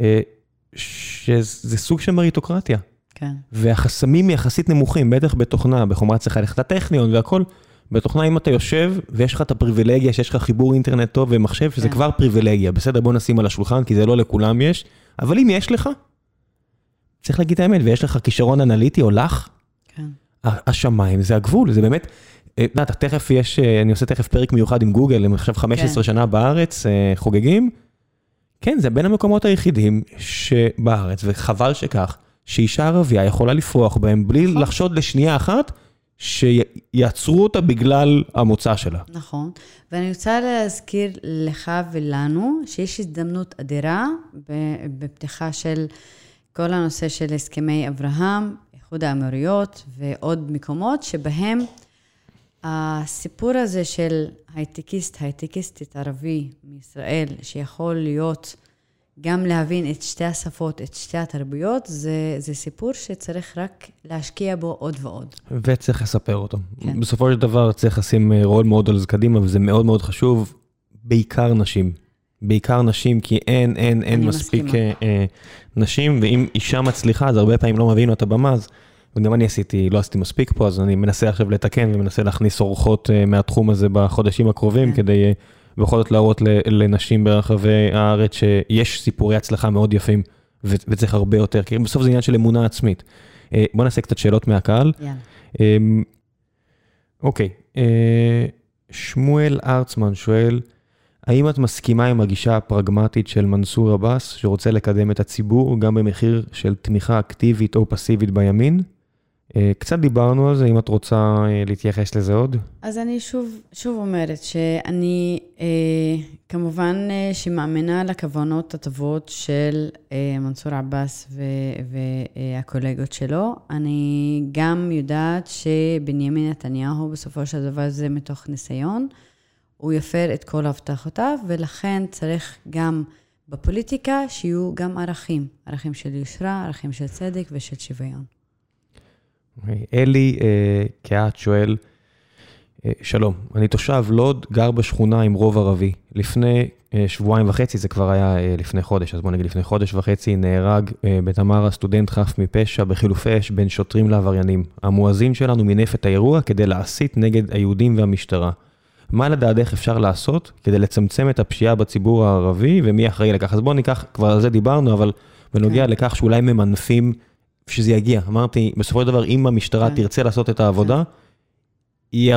שזה סוג של מריטוקרטיה. כן. והחסמים יחסית נמוכים, בטח בתוכנה, בחומרת צריכה ללכת הטכניון והכל, בתוכנה אם אתה יושב ויש לך את הפריבילגיה, שיש לך חיבור אינטרנט טוב ומחשב, שזה כבר פריבילגיה. בסדר, בוא נשים על השולחן, כי זה לא לכולם יש, אבל אם יש לך, צריך להגיד את האמת, ויש לך כישרון אנליטי או לך, השמיים זה הגבול, זה באמת, תכף יש, אני עושה תכף פרק מיוחד עם גוגל, הם עכשיו 15 שנה בארץ חוגגים, כן, זה בין המקומות היחידים שבארץ, וחבל שכך, שאישה ערבייה יכולה לפרוח בהם, בלי לחשוד לשנייה אחת, שיעצרו אותה בגלל המוצא שלה. נכון, ואני רוצה להזכיר לך ולנו, שיש הזדמנות אדירה, בפתיחה של כל הנושא של הסכמי אברהם, איחוד האמירויות, ועוד מקומות שבהם, הסיפור הזה של הייטקיסטית ערבי מישראל, שיכול להיות גם להבין את שתי השפות, את שתי התרבויות, זה סיפור שצריך רק להשקיע בו עוד ועוד. וצריך לספר אותו. כן. בסופו של דבר צריך לשים רול מודלס קדימה, וזה מאוד מאוד חשוב, בעיקר נשים. בעיקר נשים, כי אין מספיק נשים, ואם אישה מצליחה, אז הרבה פעמים לא מבינו את הבמה, אז וגם אני לא עשיתי מספיק פה, אז אני מנסה עכשיו לתקן, ומנסה להכניס אורחות מהתחום הזה בחודשים הקרובים, כדי בכל זאת להראות לנשים ברחבי הארץ, שיש סיפורי הצלחה מאוד יפים, וצריך הרבה יותר, כי בסוף זה עניין של אמונה עצמית. בוא נעשה קצת שאלות מהקהל. אוקיי, שמואל ארצמן שואל, האם את מסכימה עם הגישה הפרגמטית של מנסור עבאס, שרוצה לקדם את הציבור, גם במחיר של תמיכה אקטיבית או פסיבית בימין? קצת דיברנו על זה, אם את רוצה להתייחס לזה עוד. אז אני שוב אומרת שאני כמובן שמאמינה לכוונות הטובות של מנסור עבאס והקולגות שלו. אני גם יודעת שבנימין נתניהו בסופו של דבר זה מתוך ניסיון, הוא יפר את כל הבטחותיו, ולכן צריך גם בפוליטיקה שיהיו גם ערכים של יושרה, ערכים של צדק ושל שוויון. אלי קהת שואל, שלום, אני תושב לוד, גר בשכונה עם רוב ערבי. לפני שבועיים וחצי, זה כבר היה לפני חודש, אז בוא נגיד לפני חודש וחצי, נהרג בתמרה סטודנט חף מפשע בחילופי אש בין שוטרים לעבריינים. המואזין שלנו מינף את האירוע כדי להסית נגד היהודים והמשטרה. מה לדעתך אפשר לעשות כדי לצמצם את הפשיעה בציבור הערבי, ומי אחראי לכך? אז בואו ניקח, כבר על זה דיברנו, אבל בנוגע לכך שאולי ממנפים שזה יגיע. אמרתי, בסופו של דבר, אם המשטרה תרצה לעשות את העבודה, יהיה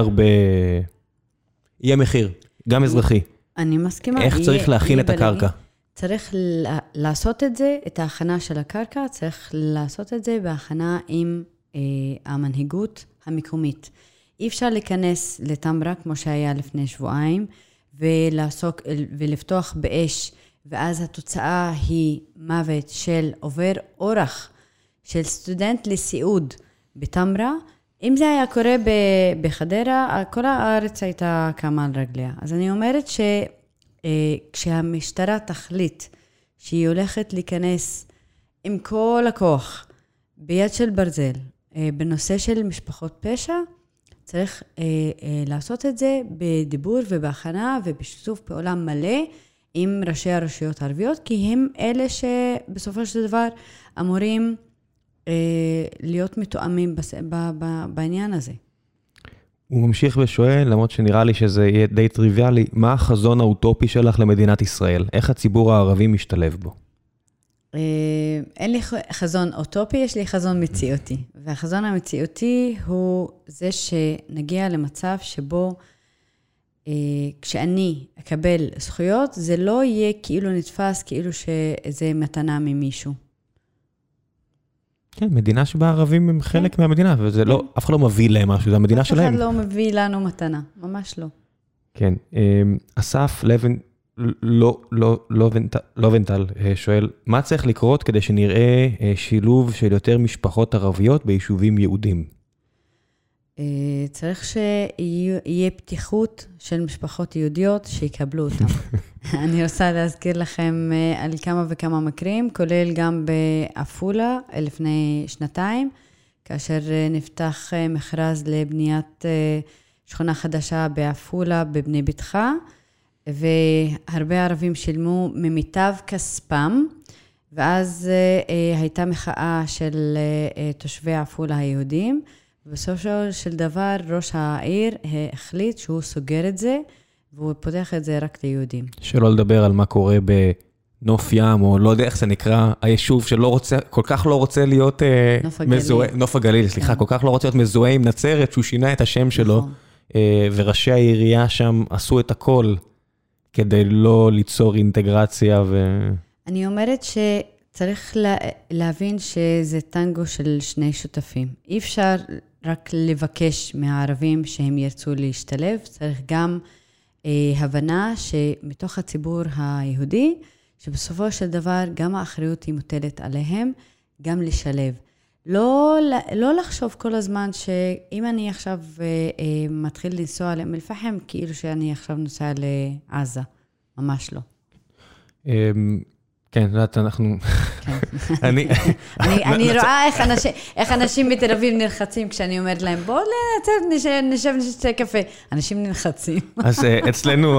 מחיר, גם אזרחי. אני מסכימה. איך צריך להכין את הקרקע? צריך לעשות את זה, את ההכנה של הקרקע, צריך לעשות את זה בהכנה עם המנהיגות המקומית. אי אפשר להיכנס לתמרה, כמו שהיה לפני שבועיים, ולפתוח באש, ואז התוצאה היא מוות של עובר אורח, של סטודנט לסיעוד בתמרה. אם זה היה קורה בחדרה, כל הארץ הייתה קמה על רגליה. אז אני אומרת שכשהמשטרה תחליט שהיא הולכת להיכנס עם כל הכוח ביד של ברזל, בנושא של משפחות פשע, צריך לעשות את זה בדיבור ובהכנה ובשיתוף פעולה מלא עם ראשי הרשויות הערביות, כי הם אלה שבסופו של דבר אמורים להיות מתואמים בעניין הזה. הוא ממשיך ושואל, למרות שנראה לי שזה יהיה די טריוויאלי, מה החזון האוטופי שלך למדינת ישראל? איך הציבור הערבי משתלב בו? אין לי חזון אוטופי, יש לי חזון מציאותי. והחזון המציאותי הוא זה שנגיע למצב שבו כשאני אקבל זכויות, זה לא יהיה כאילו נתפס, כאילו שזה מתנה ממישהו. כן, מדינה שבה הערבים הם חלק מהמדינה, וזה לא, אף אחד לא מביא להם משהו, זה המדינה שלהם. אף אחד לא מביא לנו מתנה, ממש לא. כן, אסף לובנטל שואל, מה צריך לקרות כדי שנראה שילוב של יותר משפחות ערביות ביישובים יהודים? צריך שיהיה פתיחות של משפחות יהודיות שיקבלו אותם. אני רוצה להזכיר לכם על כמה וכמה מקרים, כולל גם באפולה לפני שנתיים, כאשר נפתח מכרז לבניית שכונה חדשה באפולה בבני ביתך, והרבה ערבים שילמו ממיטב כספם, ואז הייתה מחאה של תושבי אפולה היהודים, ובסופו של דבר ראש העיר החליט שהוא סוגר את זה, והוא פותח את זה רק ליהודים. שלא לדבר על מה קורה בנוף ים, או לא יודע איך זה נקרא, היישוב שלא רוצה, כל כך לא רוצה להיות מזוהה, נוף הגליל, סליחה, כל כך לא רוצה להיות מזוהה עם נצרת, שהוא שינה את השם שלו, וראשי העירייה שם עשו את הכל, כדי לא ליצור אינטגרציה אני אומרת שצריך להבין שזה טנגו של שני שותפים. אי אפשר רק לבקש מהערבים שהם ירצו להשתלב, צריך גם הבנה שמתוך הציבור היהודי, שבסופו של דבר גם האחריות היא מוטלת עליהם, גם לשלב. לא לחשוב כל הזמן שאם אני עכשיו מתחיל לנסוע לאום אל-פחם, כאילו שאני עכשיו נוסע לעזה. ממש לא. כן, יודעת, אנחנו... אני רואה איך אנשים בתל אביב נלחצים כשאני אומרת להם, בואו נשב נשתה קפה. אנשים נלחצים. אז אצלנו,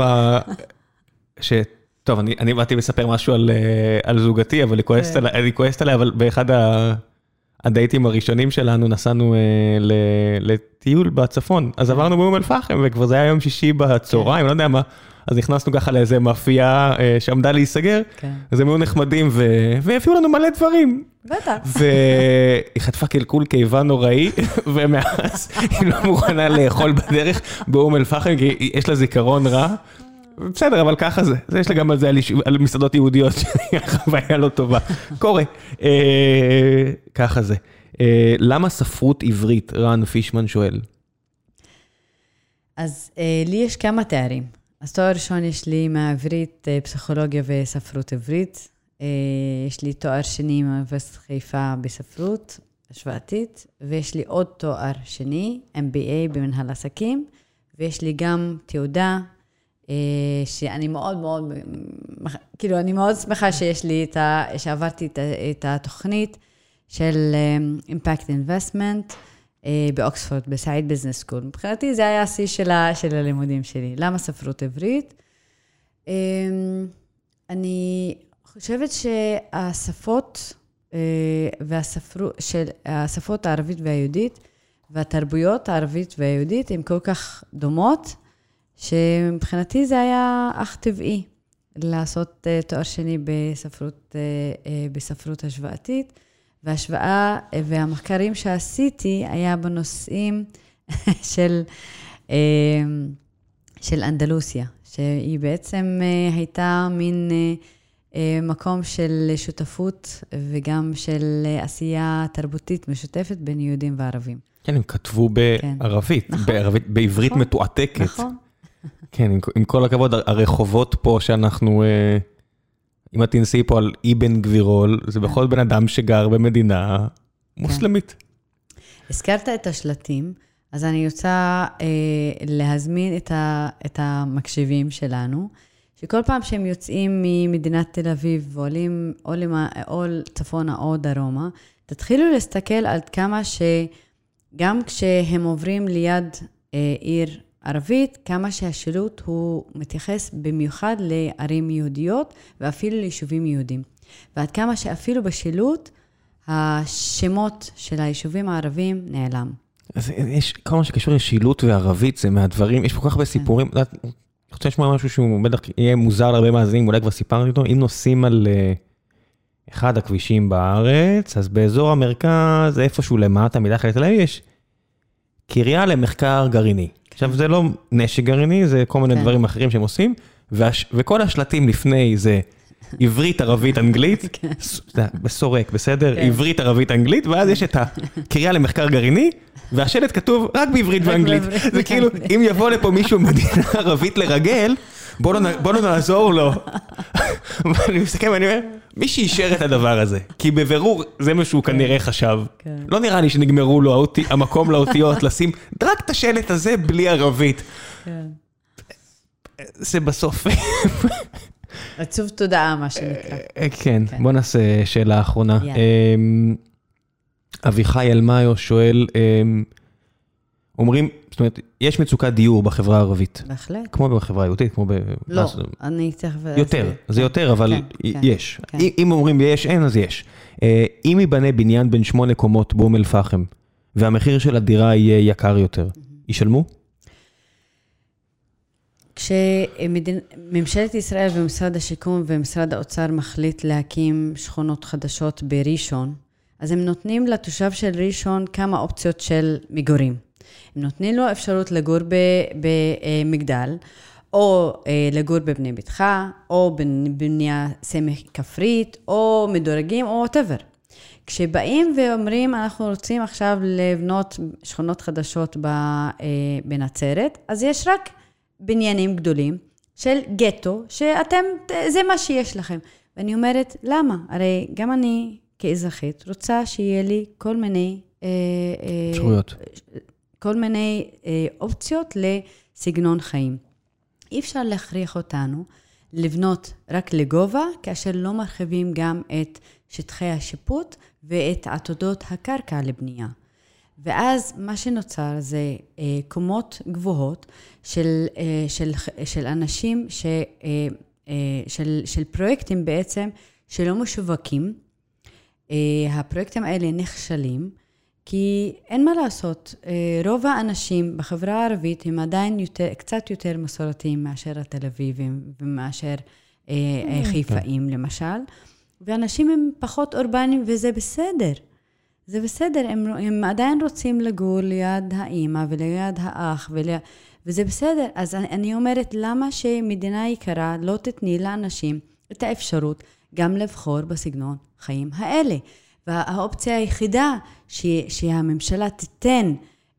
טוב, אני באתי לספר משהו על זוגתי, אבל אני כועסת עליה, אבל באחד הדייטים הראשונים שלנו נסענו לטיול בצפון, אז עברנו באום אל-פחם, וכבר זה היה יום שישי בצהריים, לא יודע מה, אז נכנסנו ככה לאיזה מאפייה שעמדה להיסגר, אז הם היו נחמדים, והביאו לנו מלא דברים. בטח. והיא חטפה קלקול קיבה נוראי, ומאז היא לא מוכנה לאכול בדרך באום אל-פחם, כי יש לה זיכרון רע. בסדר, אבל ככה זה. זה יש לה גם על זה, על מסעדות יהודיות, שהחוויה לא טובה. קורה. ככה זה. למה ספרות עברית? רן פישמן שואל. אז לי יש כמה תארים. אז תואר ראשון יש לי מהעברית פסיכולוגיה וספרות עברית. יש לי תואר שני מאוניברסיטת חיפה בספרות השוואתית, ויש לי עוד תואר שני, MBA במנהל עסקים, ויש לי גם תעודה, שאני מאוד מאוד, כאילו אני מאוד שמחה שיש לי שעברתי את התוכנית של Impact Investment באוקספורד, בסעיד ביזנס סקול. מבחינתי זה היה השיא של הלימודים שלי. למה ספרות עברית? אני חושבת שהשפות השפות הערבית והיהודית והתרבויות הערבית והיהודית הן כל כך דומות, שמבחינתי זה היה אך טבעי לעשות תואר שני בספרות השוואתית, וההשוואה והמחקרים שעשיתי היה בנושאים של אנדלוסיה, שהיא בעצם הייתה מין מקום של שותפות וגם של עשייה תרבותית משותפת בין יהודים וערבים. כן, הם כתבו בערבית, בעברית מתועתקת. נכון. כן, עם כל הכבוד, הרחובות פה שאנחנו, אם את תנסי פה על אבן גבירול, זה בכל בן אדם שגר במדינה מוסלמית. הזכרת את השלטים, אז אני רוצה להזמין את המקשיבים שלנו, שכל פעם שהם יוצאים ממדינת תל אביב ועולים או צפונה או דרומה, תתחילו להסתכל על כמה שגם כשהם עוברים ליד עיר ערבית, כמה שהשילוט הוא מתייחס במיוחד לערים יהודיות ואפילו ליישובים יהודים. ועד כמה שאפילו בשילוט, השמות של היישובים הערבים נעלם. אז יש כל מה שקשור לשילוט וערבית, זה מהדברים, יש פה כל כך הרבה סיפורים, אני רוצה לשמוע משהו שהוא בטח יהיה מוזר להרבה מאזינים, אולי כבר סיפרתי אותו, אם נוסעים על אחד הכבישים בארץ, אז באזור המרכז, איפשהו למטה, מתחת לתל אביב, יש קריה למחקר גרעיני. עכשיו, זה לא נשק גרעיני, זה כל מיני דברים אחרים שהם עושים, וכל השלטים לפני זה עברית, ערבית, אנגלית, בסורק, בסדר? עברית, ערבית, אנגלית, ואז יש את הקריה למחקר גרעיני, והשלט כתוב רק בעברית ואנגלית. זה כאילו, אם יבוא לפה מישהו מדינה ערבית לרגל, בוא לא נעזור לו. ואני מסתכל ואני אומר, מי שישר את הדבר הזה, כי בבירור זה מה שהוא כנראה חשב. לא נראה לי שנגמרו לו המקום לאותיות, לשים רק את השלט הזה בלי ערבית. זה בסוף. עצוב תודעה, מה שנקרא. כן, בוא נעשה שאלה האחרונה. אביחי אלמאיו שואל, אומרים, זאת אומרת, יש מצוקת דיור בחברה הערבית. בהחלט. כמו בחברה היהודית, כמו ב... לא, אני תכף... יותר, זה יותר, אבל יש. אם אומרים יש, אין, אז יש. אם ייבנה בניין בין 8 קומות באום אל-פחם, והמחיר של הדירה יהיה יקר יותר, ישלמו? כשממשלת ישראל ומשרד השיקום ומשרד האוצר מחליט להקים שכונות חדשות בראשון, אז הם נותנים לתושב של ראשון כמה אופציות של מגורים. הם נותנים לו אפשרות לגור במגדל, או לגור בבני ביתך, או בבנייה סמך כפרית, או מדורגים, או whatever. כשבאים ואומרים, אנחנו רוצים עכשיו לבנות שכונות חדשות בנצרת, אז יש רק בניינים גדולים של גטו, זה מה שיש לכם. ואני אומרת, למה? הרי גם אני כאזרחית רוצה שיהיה לי כל מיני אפשרויות. כל מיני אופציות לסגנון חיים. אי אפשר להכריח אותנו לבנות רק לגובה, כאשר לא מרחיבים גם את שטחי השיפוט ואת עתודות הקרקע לבנייה. ואז מה שנוצר זה קומות גבוהות של אנשים, של פרויקטים בעצם שלא משווקים, הפרויקטים האלה נכשלים, כי אין מה לעשות, רוב האנשים בחברה הערבית הם עדיין קצת יותר מסורתיים מאשר התל אביבים ומאשר חיפאים למשל, ואנשים הם פחות אורבניים וזה בסדר. זה בסדר, הם עדיין רוצים לגור ליד האמא וליד האח, וזה בסדר. אז אני אומרת, למה שמדינה יקרה לא תתני לאנשים את האפשרות גם לבחור בסגנון חיים האלה? והאופציה היחידה שהממשלה תיתן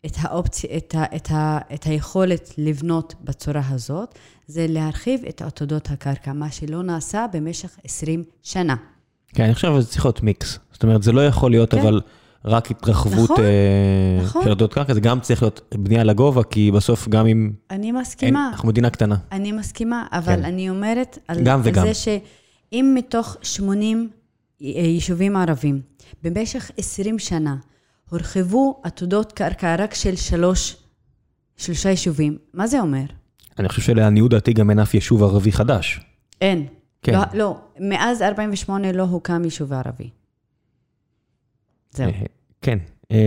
את היכולת לבנות בצורה הזאת, זה להרחיב את עתודות הקרקע, מה שלא נעשה במשך 20 שנה. כן, אני חושב שזה צריך להיות מיקס. זאת אומרת, זה לא יכול להיות, אבל רק התרחבות של עתודות קרקע, זה גם צריך להיות בנייה לגובה, כי בסוף גם אם... אני מסכימה. אנחנו מדינה קטנה. אני מסכימה, אבל אני אומרת על זה שאם מתוך 80 יישובים ערבים, במשך 20 שנה, הורחבו עתודות קרקע רק של 3 יישובים, מה זה אומר? אני חושב שלעניות דעתי גם אין אף יישוב ערבי חדש. אין. כן. לא, מאז 48 לא הוקם יישוב ערבי. זהו. כן.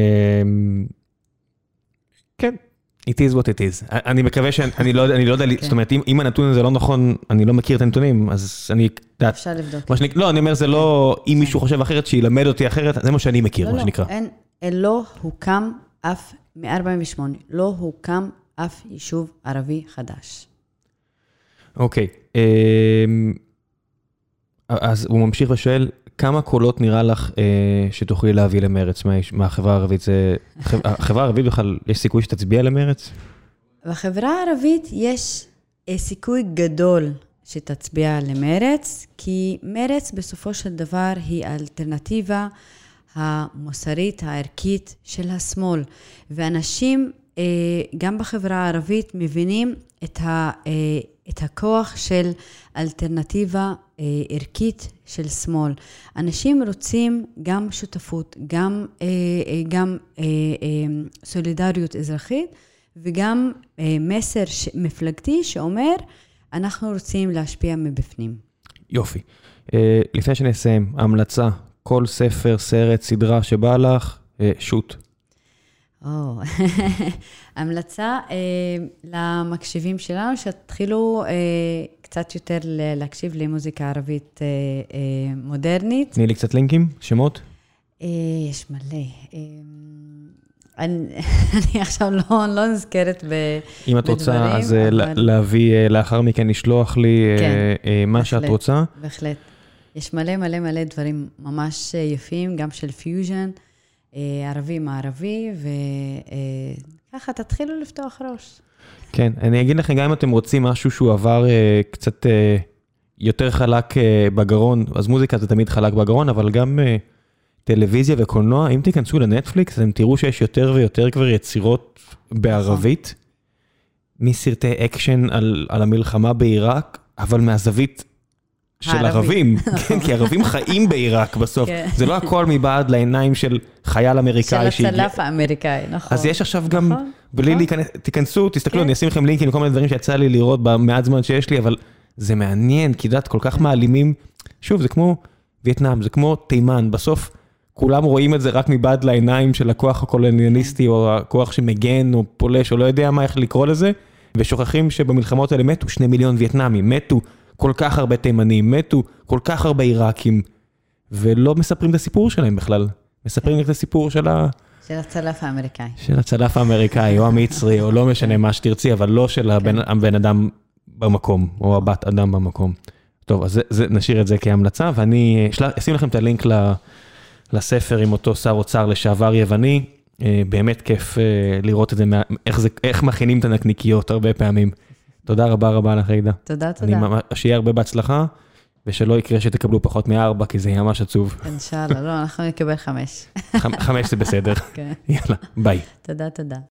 כן. It is what it is. אני מקווה שאני לא יודע, זאת אומרת, אם הנתון הזה לא נכון, אני לא מכיר את הנתונים, אז אני... אפשר לבדוק. לא, אני אומר, זה לא, אם מישהו חושב אחרת, שילמד אותי אחרת, זה מה שאני מכיר, מה שנקרא. לא הוקם אף, מ-48, לא הוקם אף יישוב ערבי חדש. אוקיי. אז הוא ממשיך ושואל, כמה קולות נראה לך שתוכלי להביא למרץ מהחברה הערבית? החברה הערבית בכלל, יש סיכוי שתצביע למרץ? בחברה הערבית יש סיכוי גדול שתצביע למרץ, כי מרץ בסופו של דבר היא האלטרנטיבה המוסרית, הערכית של השמאל. ואנשים גם בחברה הערבית מבינים את הכוח של אלטרנטיבה ערכית של שמאל. אנשים רוצים גם שותפות, גם סולידריות אזרחית, וגם מסר מפלגתי שאומר, אנחנו רוצים להשפיע מבפנים. יופי. לפני שנסיים, המלצה, כל ספר, סרט, סדרה שבא לך, שוט. המלצה למקשיבים שלנו, שתתחילו קצת יותר להקשיב למוזיקה ערבית מודרנית. תני לי קצת לינקים, שמות? יש מלא. אני עכשיו לא נזכרת בדברים. אם את רוצה, אז להביא, לאחר מכן לשלוח לי מה שאת רוצה. בהחלט. יש מלא דברים ממש יפים, גם של פיוז'ן. ערבי מערבי, וככה תתחילו לפתוח ראש. כן, אני אגיד לכם, גם אם אתם רוצים משהו שהוא עבר קצת יותר חלק בגרון, אז מוזיקה זה תמיד חלק בגרון, אבל גם טלוויזיה וקולנוע, אם תיכנסו לנטפליקס, אתם תראו שיש יותר ויותר כבר יצירות בערבית, מסרטי אקשן על המלחמה בעיראק, אבל מהזווית של ערבים, כן, כי ערבים חיים בעיראק בסוף. זה לא הכל מבעד לעיניים של חייל אמריקאי. של הצלף האמריקאי, נכון. אז יש עכשיו גם, בלי להיכנס, תיכנסו, תסתכלו, אני אשים לכם לינקים לכל מיני דברים שיצא לי לראות במעט זמן שיש לי, אבל זה מעניין, כי דעת כל כך מעלימים. שוב, זה כמו וייטנאם, זה כמו תימן. בסוף כולם רואים את זה רק מבעד לעיניים של הכוח הקולוניאליסטי, או הכוח שמגן, או פולש, או לא יודע מה, איך לקרוא לזה, ושוכחים שבמלחמות האלה מתו 2 מיליון וייטנאמים, מתו כל כך הרבה תימנים, מתו כל כך הרבה עיראקים, ולא מספרים את הסיפור שלהם בכלל. מספרים את הסיפור של הצלף האמריקאי. של הצלף האמריקאי, או המצרי, או לא משנה מה שתרצי, אבל לא של הבן אדם במקום, או הבת אדם במקום. טוב, אז נשאיר את זה כהמלצה, ואני אשים לכם את הלינק לספר עם אותו שר אוצר לשעבר יווני, באמת כיף לראות את זה, איך מכינים את הנקניקיות הרבה פעמים. תודה רבה לך, עאידה. תודה. שיהיה הרבה בהצלחה, ושלא יקרה שתקבלו פחות מ4, כי זה יהיה ממש עצוב. אינשאללה, לא, אנחנו נקבל 5. 5 זה בסדר. יאללה, ביי. תודה.